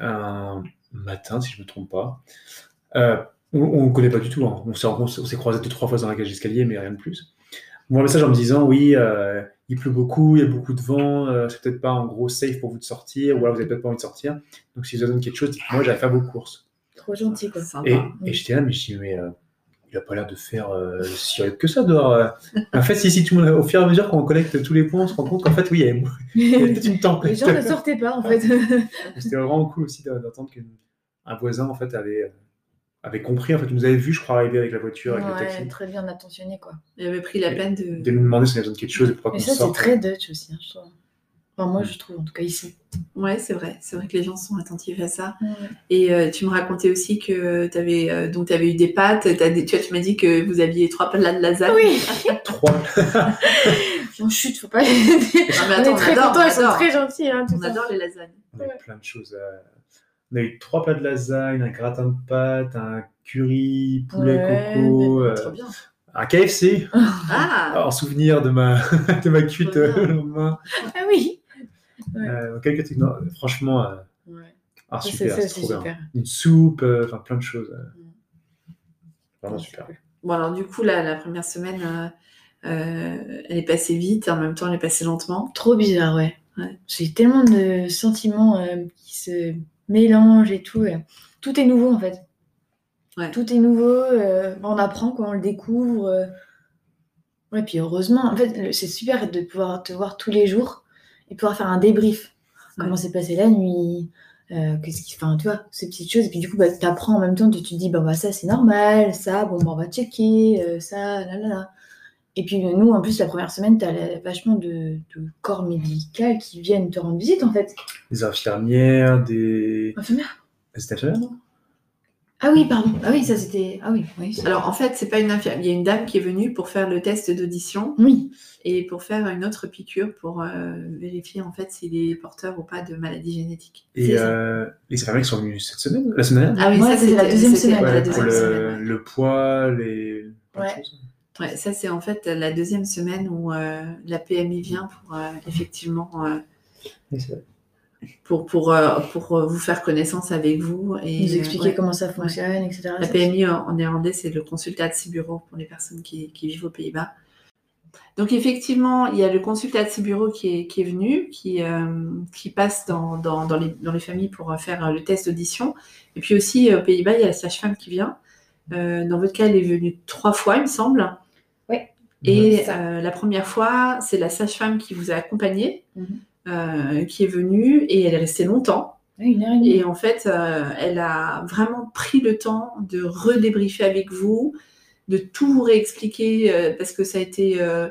un matin, si je ne me trompe pas. Euh, on ne connaît pas du tout, hein. on s'est rencontrés- on s'est croisés deux trois fois dans la cage d'escalier, mais rien de plus. Moi, un message en me disant oui, euh, il pleut beaucoup, il y a beaucoup de vent, euh, c'est peut-être pas en gros safe pour vous de sortir, ou alors vous n'avez peut-être pas envie de sortir. Donc si je vous donne quelque chose, dites-moi, j'allais faire vos courses. Trop gentil, quoi. Sympa. Et, oui. et j'étais là, mais je dis, mais euh, il a pas l'air de faire euh, si horrible que ça dehors. euh. En fait, si, si tout le monde, au fur et à mesure qu'on connecte tous les points, on se rend compte qu'en fait, oui, il y avait, il y avait peut-être une Les tempête. gens ne sortaient pas, en fait. C'était vraiment cool aussi d'entendre qu'un voisin en fait avait, avait compris, en fait, il nous avait vu, je crois, arriver avec la voiture, avec le Ouais, taxi, très bien attentionné, quoi. Il avait pris la peine de. de nous demander si on avait besoin de quelque chose et pourquoi Mais qu'on ça, c'est sorte. très Dutch aussi, hein, je trouve. Enfin, moi, je trouve, en tout cas ici. Ouais, c'est vrai. C'est vrai que les gens sont attentifs à ça. Ouais. Et euh, tu me racontais aussi que tu avais euh, donc t'avais eu des pâtes. T'as des, tu vois, tu m'as dit que vous aviez trois plats de lasagne. Oui. Trois. Non, chut, faut pas. Non, mais attends, on est très on adore, contents, on ils sont adore. très gentils. Hein, tout On ça. adore les lasagnes. On a eu plein de choses. euh, On a eu trois plats de lasagne, un gratin de pâtes, un curry, poulet Ouais, coco, euh, Trop bien. un K F C, Ah, en souvenir de ma, de ma cuite Trop bien. euh, le lendemain. Ah oui. Ouais. Euh, quelques trucs, non, franchement, euh, Ouais. ah, Ça, super, c'est- c'est ça, trop c'est bien. super. Une soupe, euh, enfin plein de choses. euh, Vraiment Ouais, super. c'est cool. bon alors du coup là, la première semaine, euh, euh, elle est passée vite. En même temps, elle est passée lentement. Trop bizarre, ouais. Ouais. J'ai tellement de sentiments euh, qui se mélangent et tout. ouais. Tout est nouveau en fait. Ouais. Tout est nouveau. euh, on apprend quand on le découvre. euh. Ouais, puis heureusement, en fait, le- c'est super de pouvoir te voir tous les jours et pouvoir faire un débrief. Ouais. Comment s'est passée la nuit, euh, qu'est-ce qui, enfin, tu vois, ces petites choses. Et puis du coup, bah, tu apprends en même temps, tu te dis, bah, bah ça c'est normal, ça, bon, bah, on va checker, euh, ça, là, là, là. Et puis nous, en plus, la première semaine, tu as vachement de, de corps médical qui viennent te rendre visite, en fait. Des infirmières, des. Infirmière C'était infirmière, non? Ah oui, pardon. Ah oui, ça c'était. Ah oui, oui. c'est- Alors en fait, c'est pas une infirmière. Il y a une dame qui est venue pour faire le test d'audition Oui. et pour faire une autre piqûre pour euh, vérifier en fait s'il est porteur ou pas de maladie génétique. Et C'est ça. euh, les infirmières qui sont venues cette semaine, la semaine dernière? Ah oui, Ouais, ça c'était la c'était- deuxième c'était semaine. la Ouais, deuxième pour le, semaine. Ouais. le poids, les. plein de Ouais. choses. Ouais, ça c'est en fait la deuxième semaine où euh, la P M I vient pour euh, effectivement euh, Oui, c'est vrai. pour pour euh, pour euh, vous faire connaissance avec vous et Nous euh, expliquer ouais. comment ça fonctionne, et cetera. La Ça, P M I en en néerlandais, c'est le Consultatiebureau pour les personnes qui, qui vivent aux Pays-Bas. Donc effectivement, il y a le Consultatiebureau qui est, qui est venu, qui, euh, qui passe dans, dans, dans, les, dans les familles pour faire euh, le test d'audition. Et puis aussi, euh, aux Pays-Bas, il y a la sage-femme qui vient. Euh, dans votre cas, elle est venue trois fois, il me semble. Ouais, Et c'est ça. euh, la première fois, c'est la sage-femme qui vous a accompagné, Mhm. euh, qui est venue et elle est restée longtemps. Ouais, une heure et demie. Et en fait, euh, elle a vraiment pris le temps de redébriefer avec vous, de tout vous réexpliquer, euh, parce que ça a été euh,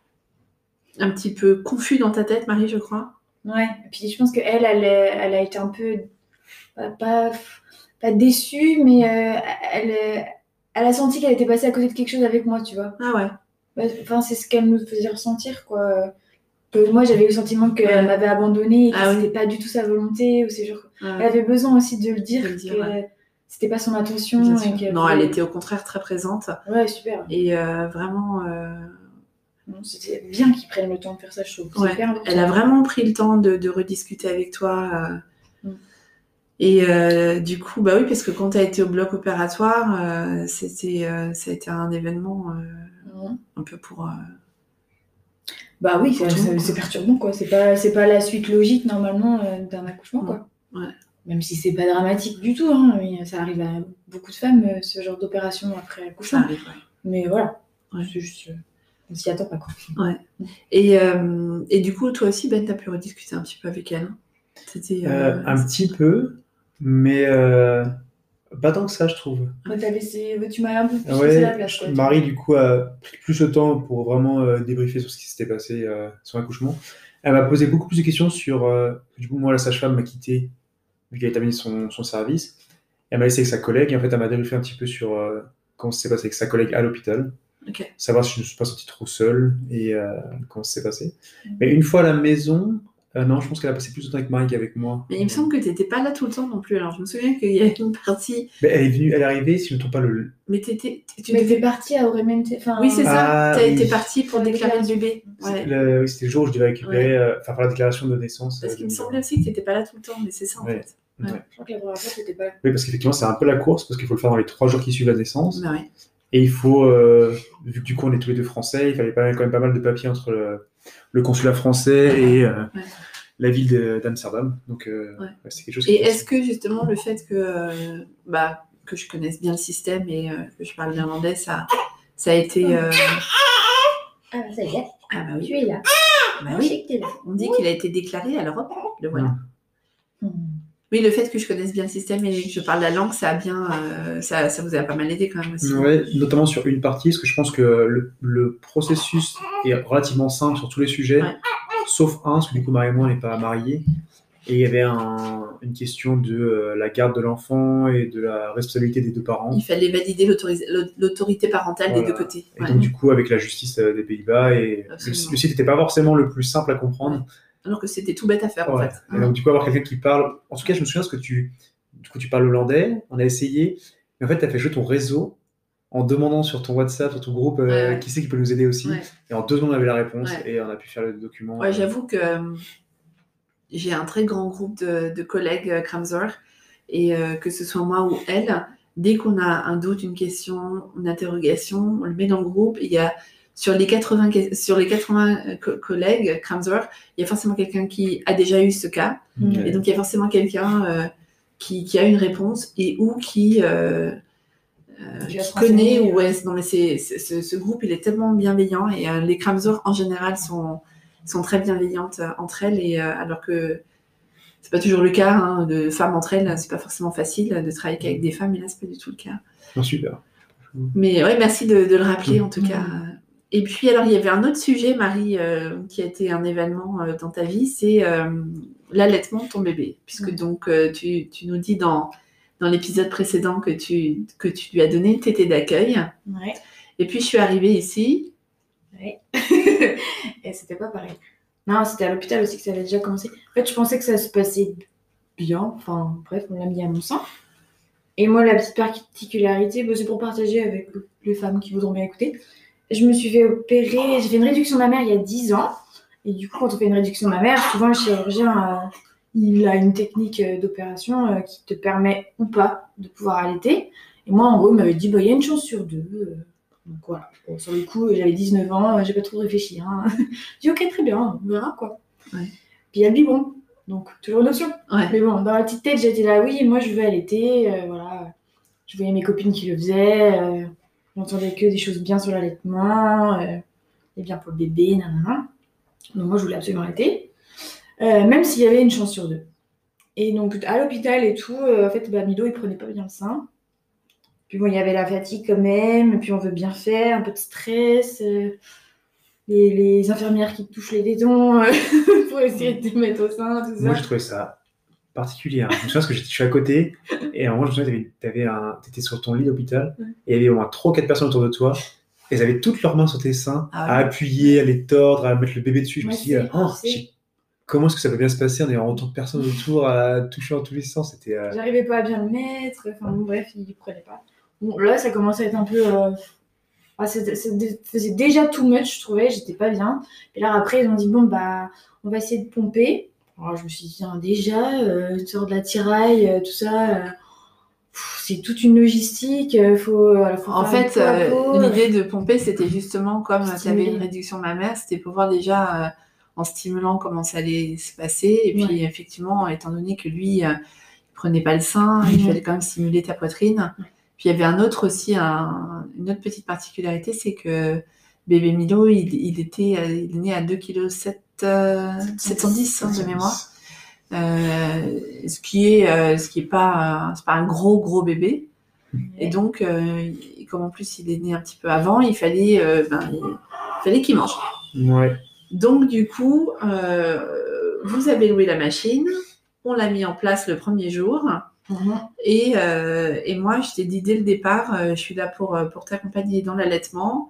un petit peu confus dans ta tête, Marie, je crois. Ouais, et puis je pense qu'elle, elle, est- elle a été un peu, pas, pas, pas déçue, mais euh, elle, elle a senti qu'elle était passée à côté de quelque chose avec moi, tu vois. Ah ouais. Ouais, enfin, c'est ce qu'elle nous faisait ressentir, quoi. Que moi, j'avais eu le sentiment qu'elle Ouais. m'avait abandonnée et que Ah oui. c'était pas du tout sa volonté. Ou c'est genre... Ouais. Elle avait besoin aussi de le dire, De le dire, que ouais. c'était pas son intention. Bien et sûr. qu'elle Non, elle voulait- était au contraire très présente. Ouais, super. Et euh, vraiment, euh, Non, c'était bien qu'ils prennent le temps de faire ça, je trouve. C'est ouais, hyper important. elle a vraiment pris le temps de, de rediscuter avec toi. euh. Mm. Et euh, du coup, bah oui, parce que quand tu as été au bloc opératoire, euh, c'était, euh, ça a été un événement euh, Mhm. un peu pour... euh, Bah oui, Pour c'est, tout le c'est- monde, c'est quoi. perturbant, quoi. C'est pas, c'est pas la suite logique, normalement, euh, d'un accouchement, quoi. Ouais. Même si c'est pas dramatique du tout, hein. Mais ça arrive à beaucoup de femmes, euh, ce genre d'opération après Ça accouchement. arrive, ouais. Mais voilà. Ouais. C'est juste... euh, on s'y attend pas, quoi. Et, euh, et du coup, toi aussi, Ben, tu as pu rediscuter un petit peu avec elle. C'était, euh, Euh, un petit peu, mais euh, pas tant que ça, je trouve. Moi, t'as laissé... Tu m'as un peu plus Ah laissé la ouais, place, quoi. Marie, du coup, a pris plus le temps pour vraiment euh, débriefer sur ce qui s'était passé, euh, son accouchement. Elle m'a posé beaucoup plus de questions sur... euh, du coup, moi, la sage-femme m'a quitté, vu qu'elle avait terminé son, son service. Elle m'a laissé avec sa collègue, et en fait, elle m'a débriefé un petit peu sur euh, comment ça s'est passé avec sa collègue à l'hôpital. Ok. Savoir si je ne me suis pas sentie trop seule, et euh, comment ça s'est passé. Mais une fois à la maison... Euh, non, je pense qu'elle a passé plus de temps avec Marie qu'avec moi. Mais il me semble que tu n'étais pas là tout le temps non plus. Alors, je me souviens qu'il y a une partie. Mais elle est venue, elle est arrivée, si je ne me trompe pas, le. Mais t'étais, tu Mais devais- t'es partie à Aurémente... Enfin, Oui, c'est ça. Ah, Tu as oui. été partie pour Pour la déclarer le déclaration. bébé. Ouais. le- oui, c'était le jour où je devais récupérer, euh, enfin faire la déclaration de naissance. Parce euh, qu'il me de- semblait aussi que tu n'étais pas là tout le temps, mais c'est ça en Ouais. fait. Ouais. Ouais. Je crois que la première fois, t'étais pas là. Oui, parce qu'effectivement, c'est un peu la course, parce qu'il faut le faire dans les trois jours qui suivent la naissance. Bah ouais. Et il faut, euh, vu que du coup on est tous les deux français, il fallait pas, quand même pas mal de papiers entre le, le consulat français et euh, Ouais. la ville de- d'Amsterdam. Donc euh, Ouais. ouais, c'est quelque chose Et qui est-ce que justement le fait que, euh, bah, que je connaisse bien le système et euh, que je parle néerlandais, ça, ça a été. euh, Ah, ça y est. Ah bah oui. Tu es là. Bah Je oui. sais que t'es là. On dit qu'il a été déclaré à l'Europe. Le voilà. Hmm. Oui, le fait que je connaisse bien le système et que je parle la langue, ça a bien, euh, ça, ça vous a pas mal aidé quand même aussi. Ouais, notamment sur une partie, parce que je pense que le, le processus est relativement simple sur tous les sujets, Ouais. sauf un, parce que du coup, Marie et moi, on n'est pas mariés. Et il y avait un, une question de euh, la garde de l'enfant et de la responsabilité des deux parents. Il fallait valider l'autorisa- l'autorité parentale Voilà. des deux côtés. Et Ouais. donc, du coup, avec la justice euh, des Pays-Bas, et le, Absolument. le site n'était pas forcément le plus simple à comprendre. Alors que c'était tout bête à faire en Ouais. fait. Et donc, du coup, avoir quelqu'un qui parle. En tout cas, je me souviens parce que tu, du coup, tu parles hollandais, on a essayé, mais en fait, tu as fait jouer ton réseau en demandant sur ton WhatsApp, sur ton groupe, euh, Ouais, ouais. qui c'est qui peut nous aider aussi. Ouais. Et en deux secondes, on avait la réponse Ouais. et on a pu faire le document. Ouais, j'avoue que euh, j'ai un très grand groupe de, de collègues euh, Kramzor et euh, que ce soit moi ou elle, dès qu'on a un doute, une question, une interrogation, on le met dans le groupe. Il y a sur les quatre-vingts, que- sur les quatre-vingts co- collègues Kramzor, il y a forcément quelqu'un qui a déjà eu ce cas. Ouais. Et donc, il y a forcément quelqu'un euh, qui, qui a une réponse et ou qui, euh, euh, Qui va qui se renseigner, connaît. Ou ouais. ouais, non, mais c'est, c'est- ce, ce groupe, il est tellement bienveillant. Et euh, les Kramzor, en général, sont, sont très bienveillantes euh, entre elles. Et, euh, alors que c'est pas toujours le cas, hein, de femmes entre elles, c'est pas forcément facile de travailler qu'avec des femmes. Et là, c'est pas du tout le cas. Non, super. Mais ouais, merci de, de le rappeler, en tout Mmh. cas. Et puis, alors, il y avait un autre sujet, Marie, euh, qui a été un événement euh, dans ta vie, c'est euh, l'allaitement de ton bébé. Puisque Mm. donc, euh, tu, tu nous dis dans, dans l'épisode précédent que tu, que tu lui as donné tété d'accueil. Ouais. Et puis, je suis arrivée ici. Ouais. Et c'était pas pareil. Non, c'était à l'hôpital aussi que ça avait déjà commencé. En fait, je pensais que ça se passait bien. Enfin, bref, on l'a mis à mon sein. Et moi, la petite particularité, bah, c'est pour partager avec les femmes qui voudront bien écouter. Je me suis fait opérer, j'ai fait une réduction mammaire il y a dix ans. Et du coup, quand on fait une réduction mammaire, souvent le chirurgien, euh, il a une technique euh, d'opération euh, qui te permet ou pas de pouvoir allaiter. Et moi, en gros, il m'avait dit, bah, il y a une chance sur deux. euh. Donc voilà. Bon, sur le coup, j'avais dix-neuf ans, euh, j'ai pas trop réfléchi. Hein. J'ai dit, ok, très bien, on verra quoi. Ouais. Puis il y a le biberon. Donc, toujours une option. Ouais. Mais bon, dans la petite tête, j'étais là, oui, moi je veux allaiter. Euh, voilà. Je voyais mes copines qui le faisaient. Euh, J'entendais que des choses bien sur l'allaitement. Euh, et bien pour le bébé, nanana. Donc moi, je voulais absolument allaiter. Euh, même s'il y avait une chance sur deux. Et donc, à l'hôpital et tout, euh, en fait, bah, Milo, il prenait pas bien le sein. Puis bon, il y avait la fatigue quand même. Puis on veut bien faire, un peu de stress. Euh, les, les infirmières qui te touchent les tétons euh, pour essayer de te mettre au sein, tout ça. Moi, j'ai trouvé ça particulier. Hein. Je me souviens parce que je suis à côté et à un moment, je me souviens, tu étais sur ton lit d'hôpital et il y avait au moins trois ou quatre personnes autour de toi. Et elles avaient toutes leurs mains sur tes seins, Ah à ouais. appuyer, à les tordre, à mettre le bébé dessus. Je me Ouais, suis dit, c'est- oh, c'est- j'ai- comment est-ce que ça peut bien se passer en ayant autant de personnes autour à toucher en tous les sens. C'était. euh, J'arrivais pas à bien le mettre, enfin bon, bref, il prenait pas. Bon, là, ça commençait à être un peu. Euh... Ah, ça faisait déjà too much, je trouvais, j'étais pas bien. Et là, après, ils ont dit, bon, bah, on va essayer de pomper. Alors, je me suis dit, tiens, déjà, euh, tu sors de la tiraille, euh, tout ça, euh, pff, c'est toute une logistique, euh, faut, euh, faut En faire fait, une euh, peau à peau. l'idée de pomper, c'était justement comme tu avais Stimuler. une réduction mammaire, c'était pour voir déjà euh, en stimulant comment ça allait se passer. Et puis, Ouais. effectivement, étant donné que lui, euh, il prenait pas le sein, il Mhm. fallait quand même stimuler ta poitrine. Ouais. Puis, il y avait un autre aussi, un- une autre petite particularité, c'est que bébé Milo, il, il était, euh, il est né à deux virgule sept kilos, sept cent dix hein, de mémoire. Euh, ce qui est, euh, ce qui est pas, euh, c'est pas un gros gros bébé. Et donc, euh, comme en plus il est né un petit peu avant, il fallait, euh, ben, il fallait qu'il mange. Ouais. Donc du coup, euh, vous avez loué la machine, on l'a mis en place le premier jour, Mhm. et, euh, et moi je t'ai dit dès le départ, euh, je suis là pour, pour t'accompagner dans l'allaitement,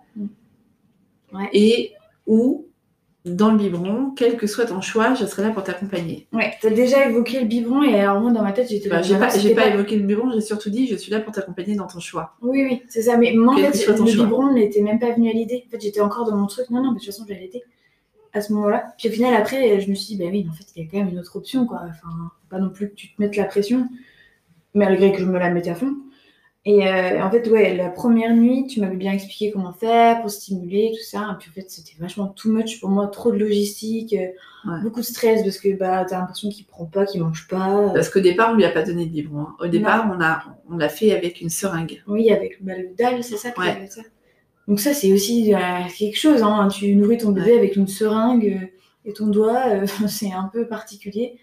Ouais. et ou dans le biberon, quel que soit ton choix, je serai là pour t'accompagner. Ouais, t'as déjà évoqué le biberon, et alors moi, dans ma tête, j'étais Bah, là, j'ai non, pas, c'était j'ai pas évoqué le biberon, j'ai surtout dit je suis là pour t'accompagner dans ton choix. Oui, oui, c'est ça. Mais moi, en Quel que fait, soit ton le choix. biberon n'était même pas venu à l'idée. En fait, j'étais encore dans mon truc. Non, non, mais de toute façon, je vais allaiter à ce moment-là. Puis au final, après, je me suis dit, bah oui, mais en fait, il y a quand même une autre option, quoi. Enfin, faut pas non plus que tu te mettes la pression, malgré que je me la mettais à fond. Et euh, en fait, ouais, la première nuit, tu m'avais bien expliqué comment faire pour stimuler, tout ça. Et puis en fait, c'était vachement too much pour moi, trop de logistique, euh, Ouais. beaucoup de stress parce que bah, t'as l'impression qu'il prend pas, qu'il mange pas. Parce qu'au départ, on lui a pas donné de biberon. hein. Au départ, on a, on l'a fait avec une seringue. Oui, avec bah, le dalle, c'est ça que Ouais. t'avais ça. Donc ça, c'est aussi euh, quelque chose. Hein. Tu nourris ton bébé Ouais. avec une seringue euh, et ton doigt, euh, c'est un peu particulier.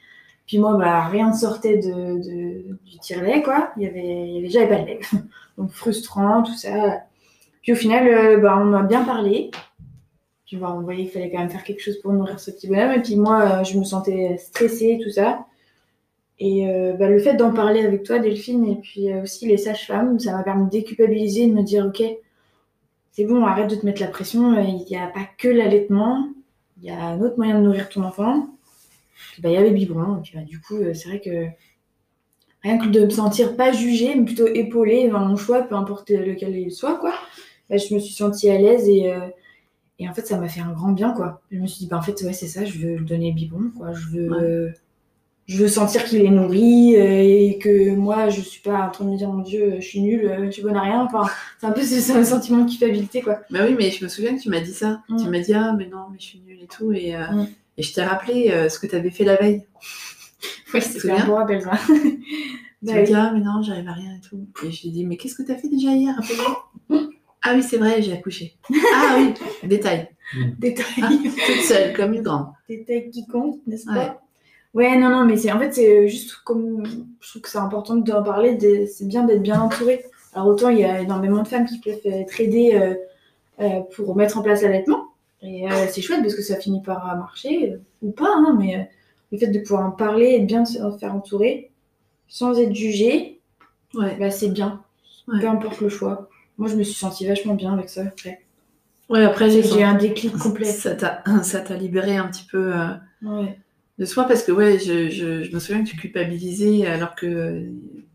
Puis moi, bah, rien ne sortait de, de, du tire-lait, quoi. Il y avait, il y avait, j'avais pas de lait. Donc frustrant, tout ça. Puis au final, euh, bah, on a bien parlé. Puis bah, on voyait qu'il fallait quand même faire quelque chose pour nourrir ce petit bonhomme. Et puis moi, euh, je me sentais stressée, tout ça. Et euh, bah, le fait d'en parler avec toi, Delphine, et puis euh, aussi les sages-femmes, ça m'a permis de déculpabiliser, de me dire, ok, c'est bon, arrête de te mettre la pression. Il n'y a pas que l'allaitement. Il y a un autre moyen de nourrir ton enfant. Puis, bah, il y avait le biberon. Et puis, bah, du coup, euh, c'est vrai que rien que de me sentir pas jugée, mais plutôt épaulée dans mon choix, peu importe lequel il soit, quoi. Bah, je me suis sentie à l'aise et, euh, et en fait, ça m'a fait un grand bien, quoi. Je me suis dit, bah, en fait, ouais, c'est ça, je veux lui donner le biberon, quoi. Je veux, Ouais. euh, je veux sentir qu'il est nourri euh, et que moi, je suis pas en train de me dire, mon Dieu, je suis nulle, euh, je suis bonne à rien. Enfin, c'est un peu ce, ce sentiment de culpabilité, quoi. Bah oui, mais je me souviens que tu m'as dit ça. Mm. Tu m'as dit, ah, mais non, mais je suis nulle et tout. Et, euh, Mm. et je t'ai rappelé euh, ce que tu avais fait la veille. Ouais, Tu te c'était un souviens bon rappel, ça. Tu Bah m'as oui. dit, ah, mais non, j'arrive à rien et tout. Et je lui ai dit, mais qu'est-ce que t'as fait déjà hier, rappelle-moi. Ah oui, c'est vrai, j'ai accouché. Ah oui, détail. Détail. Ah, toute seule, comme une grande. Détail qui compte, n'est-ce Ouais. pas? Ouais, non, non, mais c'est en fait, c'est juste comme je trouve que c'est important d'en parler, de- c'est bien d'être bien entouré. Alors, autant il y a énormément de femmes qui peuvent être aidées euh, euh, pour mettre en place l'allaitement, et euh, c'est chouette parce que ça finit par marcher, euh, ou pas, hein, mais euh, le fait de pouvoir en parler et de bien se faire entourer sans être jugé, Ouais. bah, c'est bien, Ouais. peu importe le choix. Moi, je me suis sentie vachement bien avec ça après. Ouais, après, J'ai j'ai j'ai un déclic complet. Ça t'a, ça t'a libéré un petit peu euh, Ouais. de soi parce que, ouais, je, je, je me souviens que tu culpabilisais alors que. euh,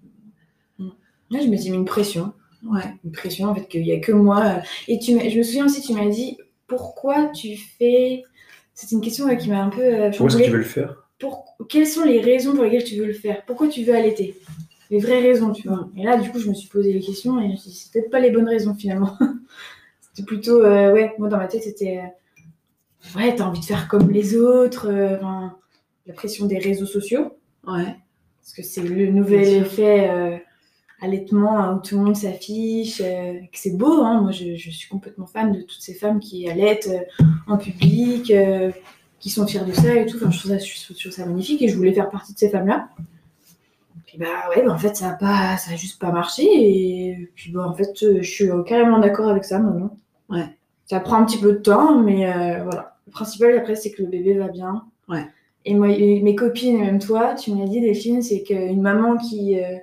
Là, je me suis mis une pression. Ouais. Une pression, en fait, qu'il n'y a que moi. euh, Et tu m'as- je me souviens aussi, tu m'as dit, pourquoi tu fais... C'est une question euh, qui m'a un peu euh, Pourquoi est-ce que chamboulée. tu veux le faire? Pour... Quelles sont les raisons pour lesquelles tu veux le faire? Pourquoi tu veux allaiter? Les vraies raisons, tu vois. Et là, du coup, je me suis posé les questions et je me suis dit, c'est peut-être pas les bonnes raisons, finalement. C'était plutôt... euh, ouais, moi, dans ma tête, c'était... euh, ouais, t'as envie de faire comme les autres. euh, enfin, la pression des réseaux sociaux. Ouais. Parce que c'est le nouvel Bien sûr. effet... euh, allaitement hein, où tout le monde s'affiche, euh, que c'est beau, hein. Moi je, je suis complètement fan de toutes ces femmes qui allaitent euh, en public, euh, qui sont fières de ça et tout, enfin, je, trouve ça, je trouve ça magnifique et je voulais faire partie de ces femmes-là. Puis bah ouais, bah, en fait ça a, pas, ça a juste pas marché et puis bah en fait euh, je suis carrément d'accord avec ça maintenant. Ouais. Ça prend un petit peu de temps mais euh, voilà. Le principal après c'est que le bébé va bien. Ouais. Et moi, et mes copines et même toi, tu me l'as dit Delphine, c'est qu'une maman qui... Euh,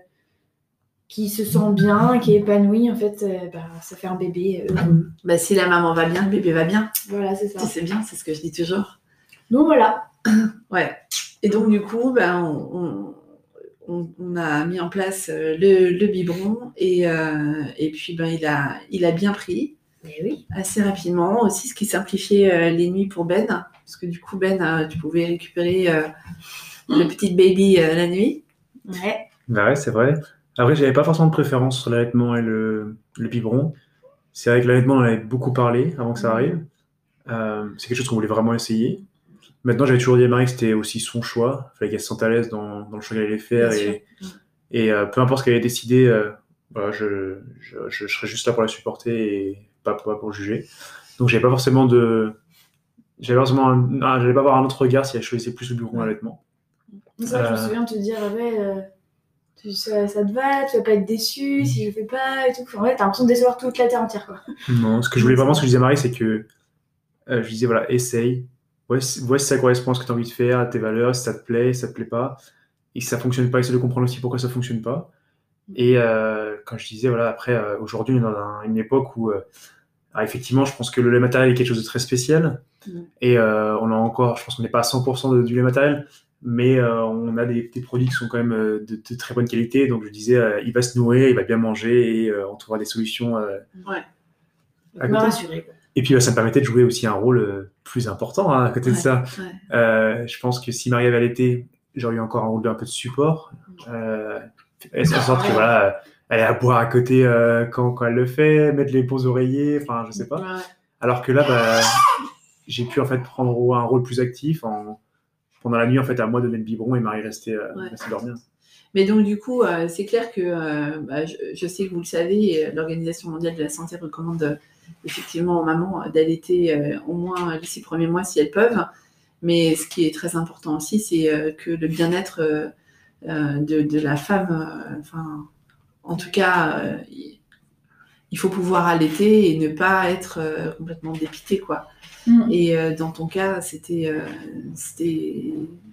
qui se sent bien, qui est épanouie, en fait, euh, bah, ça fait un bébé heureux. Bah, si la maman va bien, le bébé va bien. Voilà, c'est ça. C'est bien, c'est ce que je dis toujours. Donc voilà. Ouais. Et donc, du coup, bah, on, on, on a mis en place euh, le, le biberon et, euh, et puis ben, il, a, il a bien pris. Mais oui. Assez rapidement aussi, ce qui simplifiait euh, les nuits pour Ben. Parce que du coup, Ben, euh, tu pouvais récupérer euh, le petit baby euh, la nuit. Ouais. Bah ouais, c'est vrai. Après, j'avais pas forcément de préférence sur l'allaitement et le, le biberon. C'est vrai que l'allaitement, on en avait beaucoup parlé avant que ça arrive. Euh, c'est quelque chose qu'on voulait vraiment essayer. Maintenant, j'avais toujours dit à Marie que c'était aussi son choix. Il fallait qu'elle se sente à l'aise dans, dans le choix qu'elle allait faire. Bien Et, sûr. et euh, peu importe ce qu'elle allait décider, euh, voilà, je, je, je, je serais juste là pour la supporter et pas pour, pas pour juger. Donc, j'avais pas forcément de... J'avais forcément un- un- j'allais pas avoir un autre regard si elle choisissait plus le biberon à l'allaitement. C'est ça, je me Euh. souviens de te dire, ouais, euh, tu- ça, ça te va, tu vas pas être déçu si je fais pas et tout. En fait, t'as l'impression de décevoir toute la terre entière, quoi. Non, ce que je voulais vraiment, ce que je disais à Marie, c'est que euh, je disais, voilà, essaye. Ouais, si, ouais, si ça correspond à ce que tu as envie de faire, à tes valeurs, si ça te plaît, si ça te plaît pas. Et si ça fonctionne pas, essaie de comprendre aussi pourquoi ça fonctionne pas. Et euh, quand je disais, voilà, après, euh, aujourd'hui, on est dans un- une époque où, euh, alors, effectivement, je pense que le lait maternel est quelque chose de très spécial. Mm. Et euh, on a encore, je pense qu'on n'est pas à cent pour cent de, du lait maternel, mais euh, on a des, des produits qui sont quand même euh, de, de très bonne qualité. Donc je disais, euh, il va se nourrir, il va bien manger et euh, on trouvera des solutions euh, Ouais. à Me côté. rassurer, quoi. Et puis, bah, ça me permettait de jouer aussi un rôle euh, plus important hein, à côté de Ouais, ça. ouais. Euh, je pense que si Marie avait allaité, j'aurais eu encore un rôle d'un peu de support. Euh, en sorte que voilà, elle est à boire à côté euh, quand, quand elle le fait, mettre les beaux oreillers, enfin, je sais pas. Ouais. Alors que là, bah, j'ai pu en fait prendre un rôle plus actif en, pendant la nuit, en fait, à moi de donner le biberon et Marie restait, euh, Ouais. restait dormir. Mais donc, du coup, euh, c'est clair que euh, bah, je, je sais que vous le savez, et l'Organisation mondiale de la santé recommande euh, effectivement aux mamans euh, d'allaiter euh, au moins les six premiers mois si elles peuvent. Mais ce qui est très important aussi, c'est euh, que le bien-être euh, euh, de, de la femme, euh, enfin, en tout cas, euh, il faut pouvoir allaiter et ne pas être euh, complètement dépité, quoi. Mm. Et euh, dans ton cas, c'était, euh, c'était...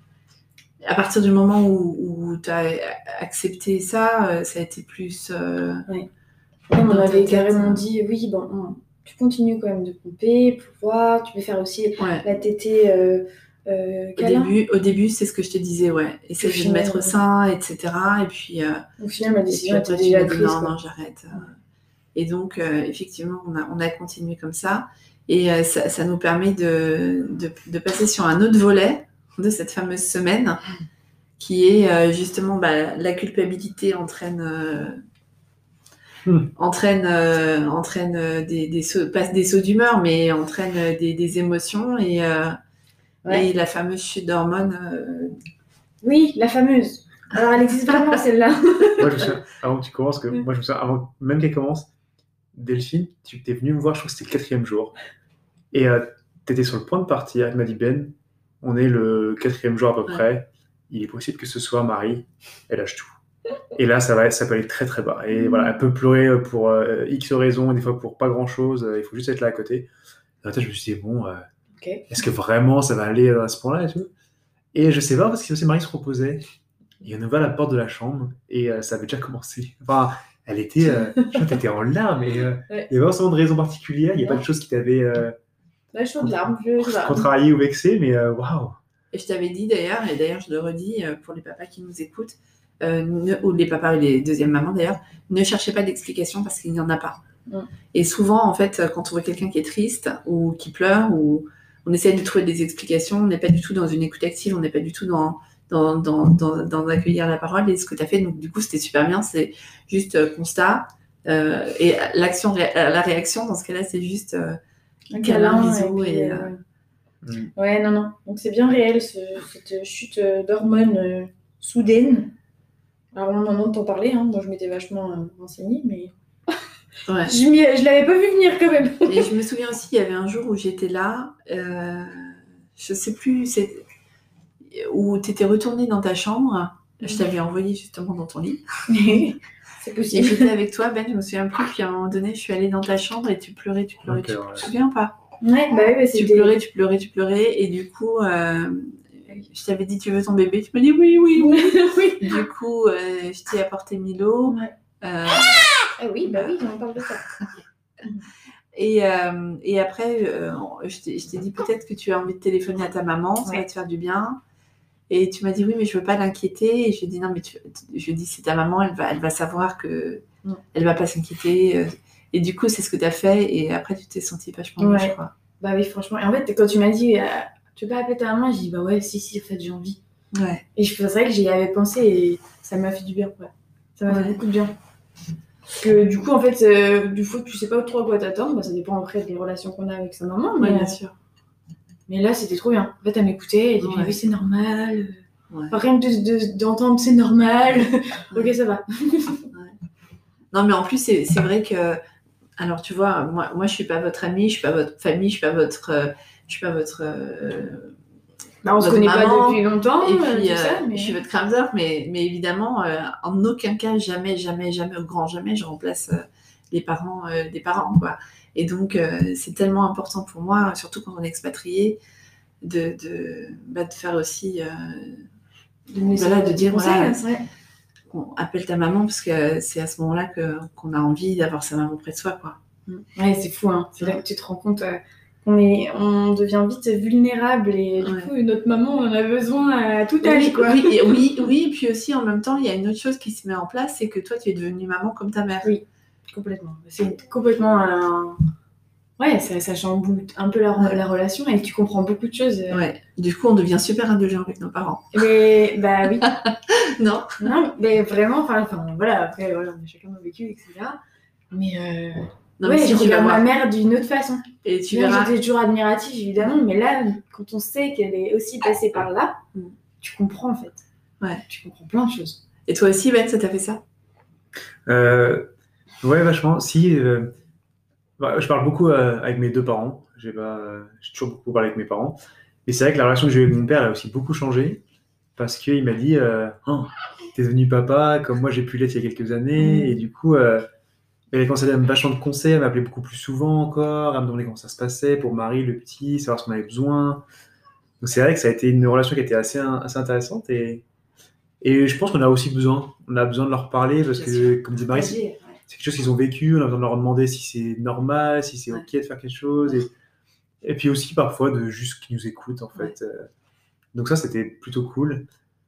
À partir du moment où, où tu as accepté ça, euh, ça a été plus... Euh... Ouais. Ouais, on dans ta m'avait tête, carrément euh, dit, oui, bon, on- tu continues quand même de pomper pour voir, tu peux faire aussi Ouais. la tétée euh, euh, Au câlin. début, au début, c'est ce que je te disais, ouais. Essaye de final, te mettre au euh, sein, et cetera. Et puis, euh, Au final, ma et puis décision après, était tu déjà m'as dit prise. non, quoi. non, j'arrête. Et donc, euh, effectivement, on a, on a continué comme ça. Et euh, ça, ça nous permet de, de, de passer sur un autre volet de cette fameuse semaine, qui est euh, justement bah, la culpabilité entraîne, euh, Hmm. entraîne, euh, entraîne euh, des, des sauts, pas des sauts d'humeur, mais entraîne euh, des, des émotions et, euh, Ouais. et la fameuse chute d'hormones. euh, Oui, la fameuse. Alors, elle existe vraiment, celle-là. Moi, je me souviens, avant que tu commences, que moi, je me souviens, avant même qu'elle commence, Delphine, tu t'es venue me voir, je crois que c'était le quatrième jour. Et euh, tu étais sur le point de partir. Elle m'a dit, Ben, on est le quatrième jour à peu Ouais. près. Il est possible que ce soit Marie. Elle lâche tout. Et là, ça, va, ça peut aller très très bas. Et voilà, elle peut pleurer pour euh, X raisons, et des fois pour pas grand chose. Il faut juste être là à côté. Et après, je me suis dit, bon, euh, Ok. est-ce que vraiment ça va aller à ce point-là et tout? Et je sais pas, parce que aussi Marie se reposait. Et on ouvre la porte de la chambre et euh, ça avait déjà commencé. Enfin, elle était, euh, je crois que t'étais en larmes et euh, Ouais. il y avait pas forcément de raison particulière. Il n'y a Non. pas de choses qui t'avaient euh, Là, je suis de larmes. Je je larme. contrarié ou vexé, mais euh, waouh! Et je t'avais dit d'ailleurs, et d'ailleurs je le redis euh, pour les papas qui nous écoutent, euh, ne- ou les papas et les deuxièmes mamans d'ailleurs, ne cherchez pas d'explication parce qu'il n'y en a pas. Mm. Et souvent, en fait, quand on voit quelqu'un qui est triste ou qui pleure, ou on essaie de trouver des explications, on n'est pas du tout dans une écoute active, on n'est pas du tout dans, dans, dans, dans, dans accueillir la parole. Et ce que tu as fait, donc du coup, c'était super bien, c'est juste euh, constat. Euh, et l'action, ré- la réaction, dans ce cas-là, c'est juste euh, Un câlin, câlin, bisou. et puis, Et, euh, euh, Mm. Ouais, non, non. Donc c'est bien réel, ce- cette chute euh, d'hormones euh, soudaine. Alors maintenant de t'en parler, hein. Moi je m'étais vachement euh, renseignée, mais ouais. je, m'y- je l'avais pas vu venir quand même. Et je me souviens aussi, il y avait un jour où j'étais là, euh, je sais plus, c'est où tu étais retournée dans ta chambre. Je t'avais envoyé justement dans ton lit. C'est Et possible. j'étais avec toi, Ben, je me souviens plus. Puis à un moment donné, je suis allée dans ta chambre et tu pleurais, tu pleurais. Ok, tu... ouais. Tu te souviens pas? Ouais, bah oui, bah, Tu c'était. pleurais, tu pleurais, tu pleurais. Et du coup, euh, je t'avais dit, tu veux ton bébé? Tu m'as dit oui, oui, oui. Oui. Du coup, euh, je t'ai apporté Milo. Ouais. Euh, Ah oui, bah oui, on parle de ça. Et, euh, et après, euh, je t'ai je t'ai dit peut-être que tu as envie de téléphoner à ta maman, ça Ouais. va te faire du bien. Et tu m'as dit oui, mais je veux pas l'inquiéter. Et je lui ai dit non, mais tu, je lui ai dit c'est ta maman, elle va, elle va savoir que Mm. elle va pas s'inquiéter. euh. Et du coup, c'est ce que tu as fait. Et après, tu t'es sentie vachement mieux, Ouais. je crois. Bah oui, franchement. Et en fait, quand tu m'as dit, euh, tu peux pas appeler ta maman, j'ai dit, bah ouais, si, si, en fait, j'ai envie. Ouais. Et je- c'est vrai que j'y avais pensé et ça m'a fait du bien. Ouais. Ça m'a Ouais. fait beaucoup de bien. Parce que du coup, en fait, euh, du coup, tu sais pas trop à quoi t'attendre. Bah, ça dépend après des relations qu'on a avec sa maman. Mais, Ouais, bien euh, sûr. mais là, c'était trop bien. En fait, elle m'écoutait, elle dit, Ouais. oui, c'est normal. Ouais. Enfin, rien de, de- d'entendre, c'est normal. Ok, ça va. Non, mais en plus, c'est c'est vrai que. Alors, tu vois, moi, moi, je suis pas votre amie, je suis pas votre famille, je suis pas votre. euh, je suis pas votre. euh, Bah, on se votre connaît maman. pas depuis longtemps. Et euh, puis, tout euh, ça, mais... je suis votre crème d'œuf, mais, mais évidemment, euh, en aucun cas, jamais, jamais, jamais, au grand jamais, je remplace euh, les parents euh, des parents, quoi. Et donc, euh, c'est tellement important pour moi, surtout quand on est expatrié, de, de, bah, de faire aussi, euh, de, me laisser voilà, de des dire, conseils, voilà, ouais. on appelle ta maman, parce que c'est à ce moment-là que, qu'on a envie d'avoir sa maman près de soi, quoi. Ouais, c'est fou, hein. C'est là que tu te rends compte euh, qu'on est, on devient vite vulnérable et du Ouais. coup, notre maman, on en a besoin à tout âge, Oui, quoi. oui, et oui, oui, et puis aussi en même temps, il y a une autre chose qui se met en place, c'est que toi, tu es devenue maman comme ta mère. Oui. Complètement. C'est complètement un... Ouais, ça, ça chamboule un peu la, Ouais. la relation et tu comprends beaucoup de choses. euh. Ouais. Du coup, on devient super indulgent avec nos parents. Mais, bah oui. Non? Non, mais vraiment, enfin, enfin, voilà, après, voilà, on a chacun nos vécus, et cetera. Mais, euh... Non, ouais, mais si je tu vas regarde ma voir. mère d'une autre façon. Et tu Bien, verras. j'étais toujours admirative, évidemment, mais là, quand on sait qu'elle est aussi passée par là, Mm. tu comprends, en fait. Ouais. Tu comprends plein de choses. Et toi aussi, Ben, ça t'a fait ça? Euh, ouais, vachement. Si, euh, bah, je parle beaucoup euh, avec mes deux parents. J'ai pas, euh, j'ai toujours beaucoup parlé avec mes parents. Et c'est vrai que la relation que j'ai eue avec mon père, elle a aussi beaucoup changé parce qu'il m'a dit euh, oh, t'es devenu papa comme moi j'ai pu l'être il y a quelques années. Mm. Et du coup, euh, il avait commencé à me vachement de conseils, à m'appeler beaucoup plus souvent encore, à me demander comment ça se passait pour Marie, le petit, savoir ce qu'on avait besoin. Donc c'est vrai que ça a été une relation qui était assez, assez intéressante et, et je pense qu'on a aussi besoin. On a besoin de leur parler parce Bien que, sûr. comme dit Marie, c'est, Partager, ouais. c'est quelque chose qu'ils ont vécu. On a besoin de leur demander si c'est normal, si c'est Ouais. OK de faire quelque chose. Et, et puis aussi parfois de juste qu'ils nous écoutent en fait. Ouais. Euh, Donc ça, c'était plutôt cool.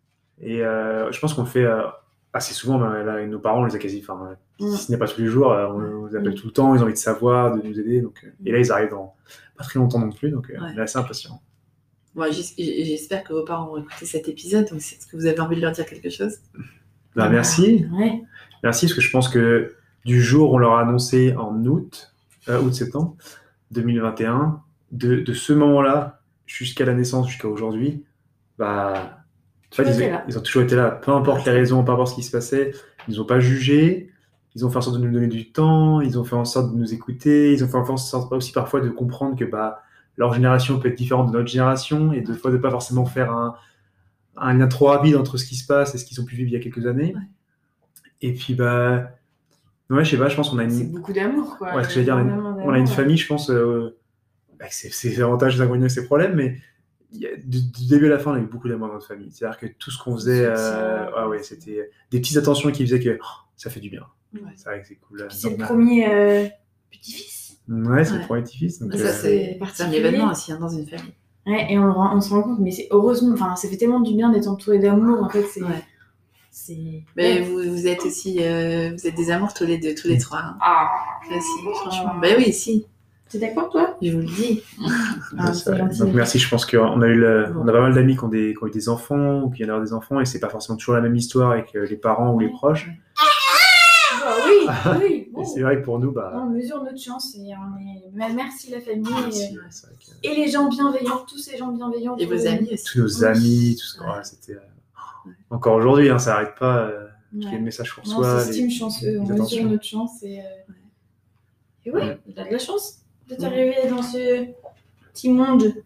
Et euh, je pense qu'on le fait euh, assez souvent. Là, avec nos parents, on les a quasi, enfin, Mm. si ce n'est pas tous les jours, euh, on les appelle Mm. tout le temps. Ils ont envie de savoir, de nous aider. Donc, euh, et là, ils arrivent dans pas très longtemps non plus. Donc, euh, Ouais. on est assez impatients. Bon, j'es- j'espère que vos parents vont écouter cet épisode. Donc, est-ce que vous avez envie de leur dire quelque chose? Bah, merci. Ouais. Merci, parce que je pense que du jour où on leur a annoncé en août, euh, août-septembre deux mille vingt et un, de, de ce moment-là jusqu'à la naissance, jusqu'à aujourd'hui, bah, en fait, Toujours ils, été là. ils ont toujours été là, peu importe les raisons, peu importe ce qui se passait, ils nous ont pas jugés, ils ont fait en sorte de nous donner du temps, ils ont fait en sorte de nous écouter, ils ont fait en sorte aussi parfois de comprendre que bah, leur génération peut être différente de notre génération et de fois de pas forcément faire un, un lien trop rapide entre ce qui se passe et ce qu'ils ont pu vivre il y a quelques années. Ouais. Et puis, bah, ouais, je sais pas, je pense qu'on a C'est une, beaucoup d'amour, quoi. ouais, ce que j'allais dire, on a une, Énormément on a une d'amour. famille, je pense, euh, avec ses, ses avantages, ses inconvénients, ses problèmes, mais il y a- du, du début à la fin, on a eu beaucoup d'amour dans notre famille. C'est-à-dire que tout ce qu'on faisait, Le soutien, euh, ah ouais, ouais. c'était des petites attentions qui faisaient que oh, ça fait du bien. Ouais. C'est vrai que c'est cool. Puis c'est le Donc, premier euh, petit-fils. Ouais, c'est Ouais. le premier petit-fils. Donc, Ça, euh, c'est c'est un particulier. événement aussi hein, dans une famille. Ouais, et on, le rend- on se rend compte, mais c'est heureusement, enfin, ça fait tellement du bien d'être entouré d'amour, en fait, c'est... Ouais. c'est... Mais Ouais. vous, vous êtes aussi, euh, vous êtes des amours tous les deux, tous les trois. Hein. Ah, Aussi, franchement. Ah. Ben oui, si, t'es d'accord, toi? je vous le dis. Ah, c'est c'est vrai. gentil. Donc merci, je pense qu'on a eu le- Bon. on a pas mal d'amis qui ont, des, qui ont eu des enfants ou qui viennent d'avoir des enfants et c'est pas forcément toujours la même histoire avec euh, les parents ou les proches. Bah oui, oui, bon. Et c'est vrai que pour nous, bah, On mesure notre chance et on est... Mais merci la famille merci, et... ouais, c'est vrai que- et les gens bienveillants, tous ces gens bienveillants. Et autour vos de nous. amis aussi. tous nos amis, tout ce Ouais. ouais, c'était euh, encore aujourd'hui, hein, ça n'arrête pas. Euh, tous Ouais. les messages qu'on Non, reçoit, on s'estime les- chanceux, on les mesure attentions. notre chance et... euh, Et ouais, Ouais. t'as de la chance de Ouais. t'arriver dans ce petit monde.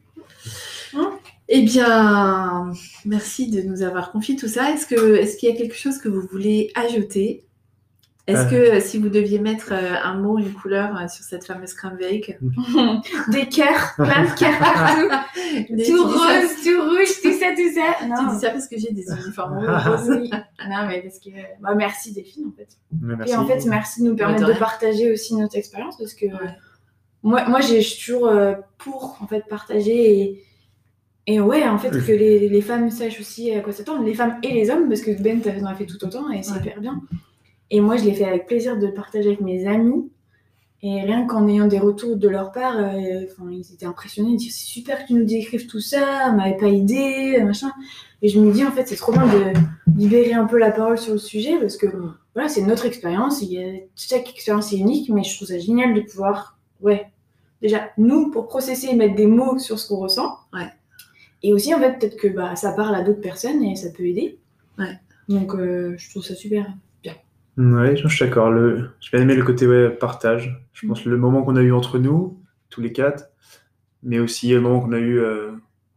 Eh bien, merci de nous avoir confié tout ça. Est-ce que, est-ce qu'il y a quelque chose que vous voulez ajouter? Est-ce Euh. que euh, si vous deviez mettre euh, un mot, une couleur euh, sur cette fameuse crème cake, Des cœurs, plein de cœurs partout. Mais Tout tu dis ça- rose, tout rouge, tout ça, tout ça. Tu Non, dis ça parce que j'ai des uniformes Ah. roses. oui. Non, mais parce que... Bah, merci Delphine, en fait. Mais merci. Et en fait, merci de nous permettre de de rien. partager aussi notre expérience parce que Ouais. moi, moi j'ai, je suis toujours euh, pour en fait, partager et, et ouais, en fait, Oui. que les, les femmes sachent aussi à quoi s'attendre, les femmes et les hommes, parce que Ben, t'en as fait tout autant et c'est Ouais. hyper bien. Et moi, je l'ai fait avec plaisir de le partager avec mes amis. Et rien qu'en ayant des retours de leur part, euh, enfin, ils étaient impressionnés. Ils disaient c'est super que tu nous décrives tout ça, on m'avait pas idée, machin. Et je me dis en fait c'est trop bien de libérer un peu la parole sur le sujet parce que voilà c'est notre expérience. Il y a, chaque expérience est unique, mais je trouve ça génial de pouvoir ouais déjà nous pour processer et mettre des mots sur ce qu'on ressent. Ouais. Et aussi en fait peut-être que bah ça parle à d'autres personnes et ça peut aider. Ouais. Donc euh, je trouve ça super. Ouais, je suis d'accord. Le... J'ai bien aimé le côté ouais, partage. Je pense le moment qu'on a eu entre nous, tous les quatre, mais aussi le moment qu'on a eu euh,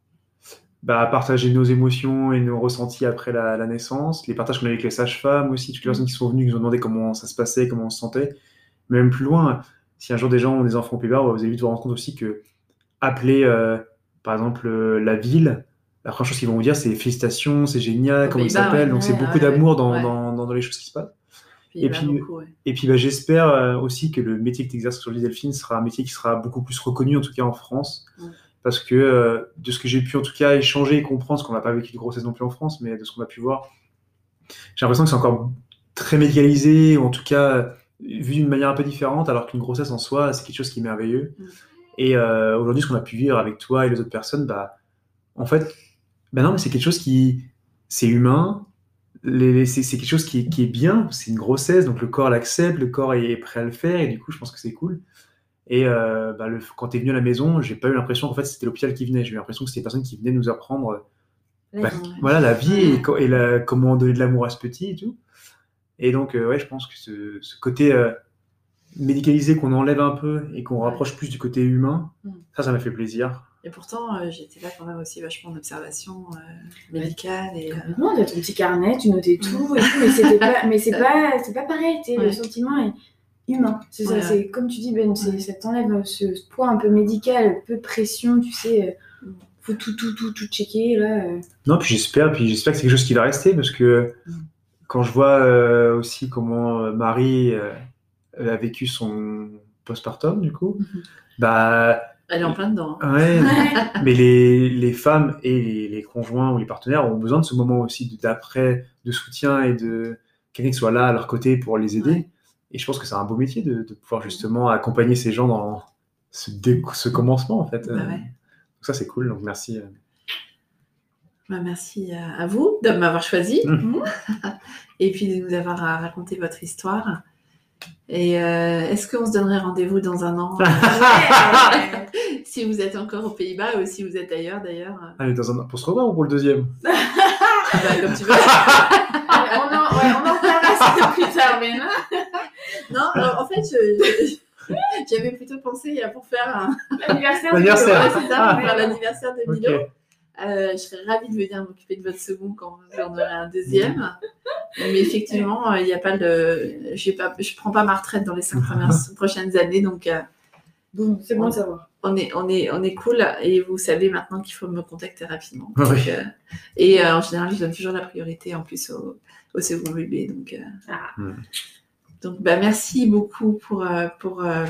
bah, à partager nos émotions et nos ressentis après la, la naissance, les partages qu'on a eu avec les sages-femmes aussi, toutes les personnes qui sont venues, qui nous ont demandé comment ça se passait, comment on se sentait. Mais même plus loin, si un jour des gens ont des enfants au Pays-Bas, vous allez vite vous rendre compte aussi que appeler, euh, par exemple, euh, la ville, la première chose qu'ils vont vous dire, c'est félicitations, c'est génial, Aux comment il Pays-Bas, s'appelle. ouais. Donc c'est Ouais, beaucoup ouais, d'amour dans, ouais. dans, dans, dans les choses qui se passent. Puis, Et bah, puis- beaucoup, ouais. Et puis bah, j'espère euh, aussi que le métier que tu exerces aujourd'hui, Delphine, sera un métier qui sera beaucoup plus reconnu, en tout cas en France. Ouais. Parce que euh, de ce que j'ai pu en tout cas échanger et comprendre, parce qu'on n'a pas vécu de grossesse non plus en France, mais de ce qu'on a pu voir, j'ai l'impression que c'est encore très médicalisé, ou en tout cas euh, vu d'une manière un peu différente, alors qu'une grossesse en soi, c'est quelque chose qui est merveilleux. Mm. Et euh, aujourd'hui, ce qu'on a pu vivre avec toi et les autres personnes, bah, en fait, bah non, mais c'est quelque chose qui, c'est humain, les, les- c'est, c'est quelque chose qui est, qui est bien, c'est une grossesse, donc le corps l'accepte, le corps est prêt à le faire, et du coup, je pense que c'est cool. Et euh, bah, le, quand t'es venu à la maison, j'ai pas eu l'impression qu'en fait c'était l'hôpital qui venait, j'ai eu l'impression que c'était des personnes qui venaient nous apprendre La bah, vie. voilà, la vie et, co- et la- comment donner de l'amour à ce petit et tout. Et donc, euh, ouais, je pense que ce, ce côté euh, médicalisé qu'on enlève un peu et qu'on rapproche plus du côté humain, Mm. ça, ça m'a fait plaisir. Et pourtant, euh, j'étais là quand même aussi vachement en observation euh, médicale. Et, euh, Non, t'as ton petit carnet, tu notais tout, et tout mais, c'était pas, mais c'est, pas, c'est pas pareil, t'sais, Ouais. le sentiment est humain. C'est ça, Ouais, c'est comme tu dis, Ben, c'est, ça t'enlève ce poids un peu médical, un peu pression, tu sais, euh, faut tout, tout, tout, tout checker, là. Euh. Non, puis j'espère, puis j'espère que c'est quelque chose qui va rester, parce que Mm. quand je vois euh, aussi comment euh, Marie euh, a vécu son postpartum, du coup, Mhm. bah... Elle est en plein dedans. hein. Ouais, mais les, les femmes et les, les conjoints ou les partenaires ont besoin de ce moment aussi de- d'après, de soutien et de quelqu'un qui soit là à leur côté pour les aider. Ouais. Et je pense que c'est un beau métier de, de pouvoir justement accompagner ces gens dans ce, dé- ce commencement, en fait. Bah ouais. Donc ça, c'est cool, donc merci. euh. Bah, merci à, à vous de m'avoir choisi Mm. et puis de nous avoir euh, raconté votre histoire. Et euh, est-ce qu'on se donnerait rendez-vous dans un an euh, si vous êtes encore aux Pays-Bas ou si vous êtes ailleurs d'ailleurs euh, Ah, mais dans un... pour se revoir ou pour le deuxième? bah, comme tu veux. on, en, ouais, on en reparlera ça plus tard, Ben. Non, alors, en fait, je- je- j'avais plutôt pensé euh, pour faire un L'anniversaire. L'anniversaire. Ouais, c'est ça, pour Ah. faire l'anniversaire de Ok. Milo. Euh, je serais ravie de venir m'occuper de votre second quand vous en aurez un deuxième. Mais effectivement, il n'y a pas le, j'ai pas, je prends pas ma retraite dans les cinq premières prochaines années, donc euh, Boum, c'est bon de savoir. on est, on est, on est cool. Et vous savez maintenant qu'il faut me contacter rapidement. Oui. Donc, euh, et euh, en général, je donne toujours la priorité en plus au, au second bébé. Donc, euh, Ah. Mm. donc bah, merci beaucoup pour, euh, pour, euh,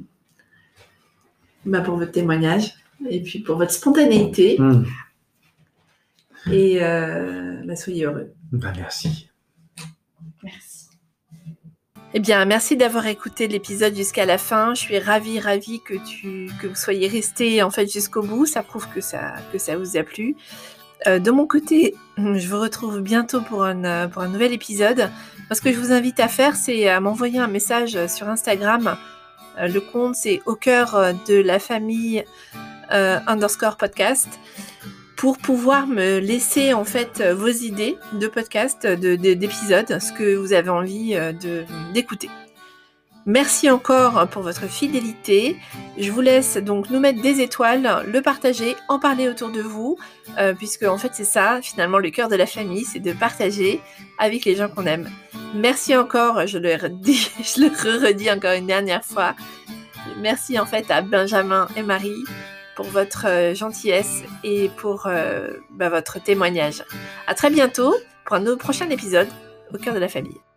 bah, pour votre témoignage et puis pour votre spontanéité. Mm. Et euh, bah, soyez heureux. Bah, merci. Merci. Eh bien, merci d'avoir écouté l'épisode jusqu'à la fin. Je suis ravie, ravie que, tu, que vous soyez restés en fait jusqu'au bout. Ça prouve que ça, que ça vous a plu. Euh, de mon côté, je vous retrouve bientôt pour un, pour un nouvel épisode. Moi, ce que je vous invite à faire, c'est à m'envoyer un message sur Instagram. Euh, le compte, c'est au cœur de la famille euh, underscore podcast. Pour pouvoir me laisser en fait vos idées de podcast, de, de, d'épisodes, ce que vous avez envie de, d'écouter. Merci encore pour votre fidélité. Je vous laisse donc nous mettre des étoiles, le partager, en parler autour de vous, euh, puisque en fait c'est ça, finalement le cœur de la famille, c'est de partager avec les gens qu'on aime. Merci encore, je le redis, je le redis encore une dernière fois. Merci en fait à Benjamin et Marie pour votre euh, gentillesse et pour euh, bah, votre témoignage. À très bientôt pour un nouveau prochain épisode au cœur de la famille.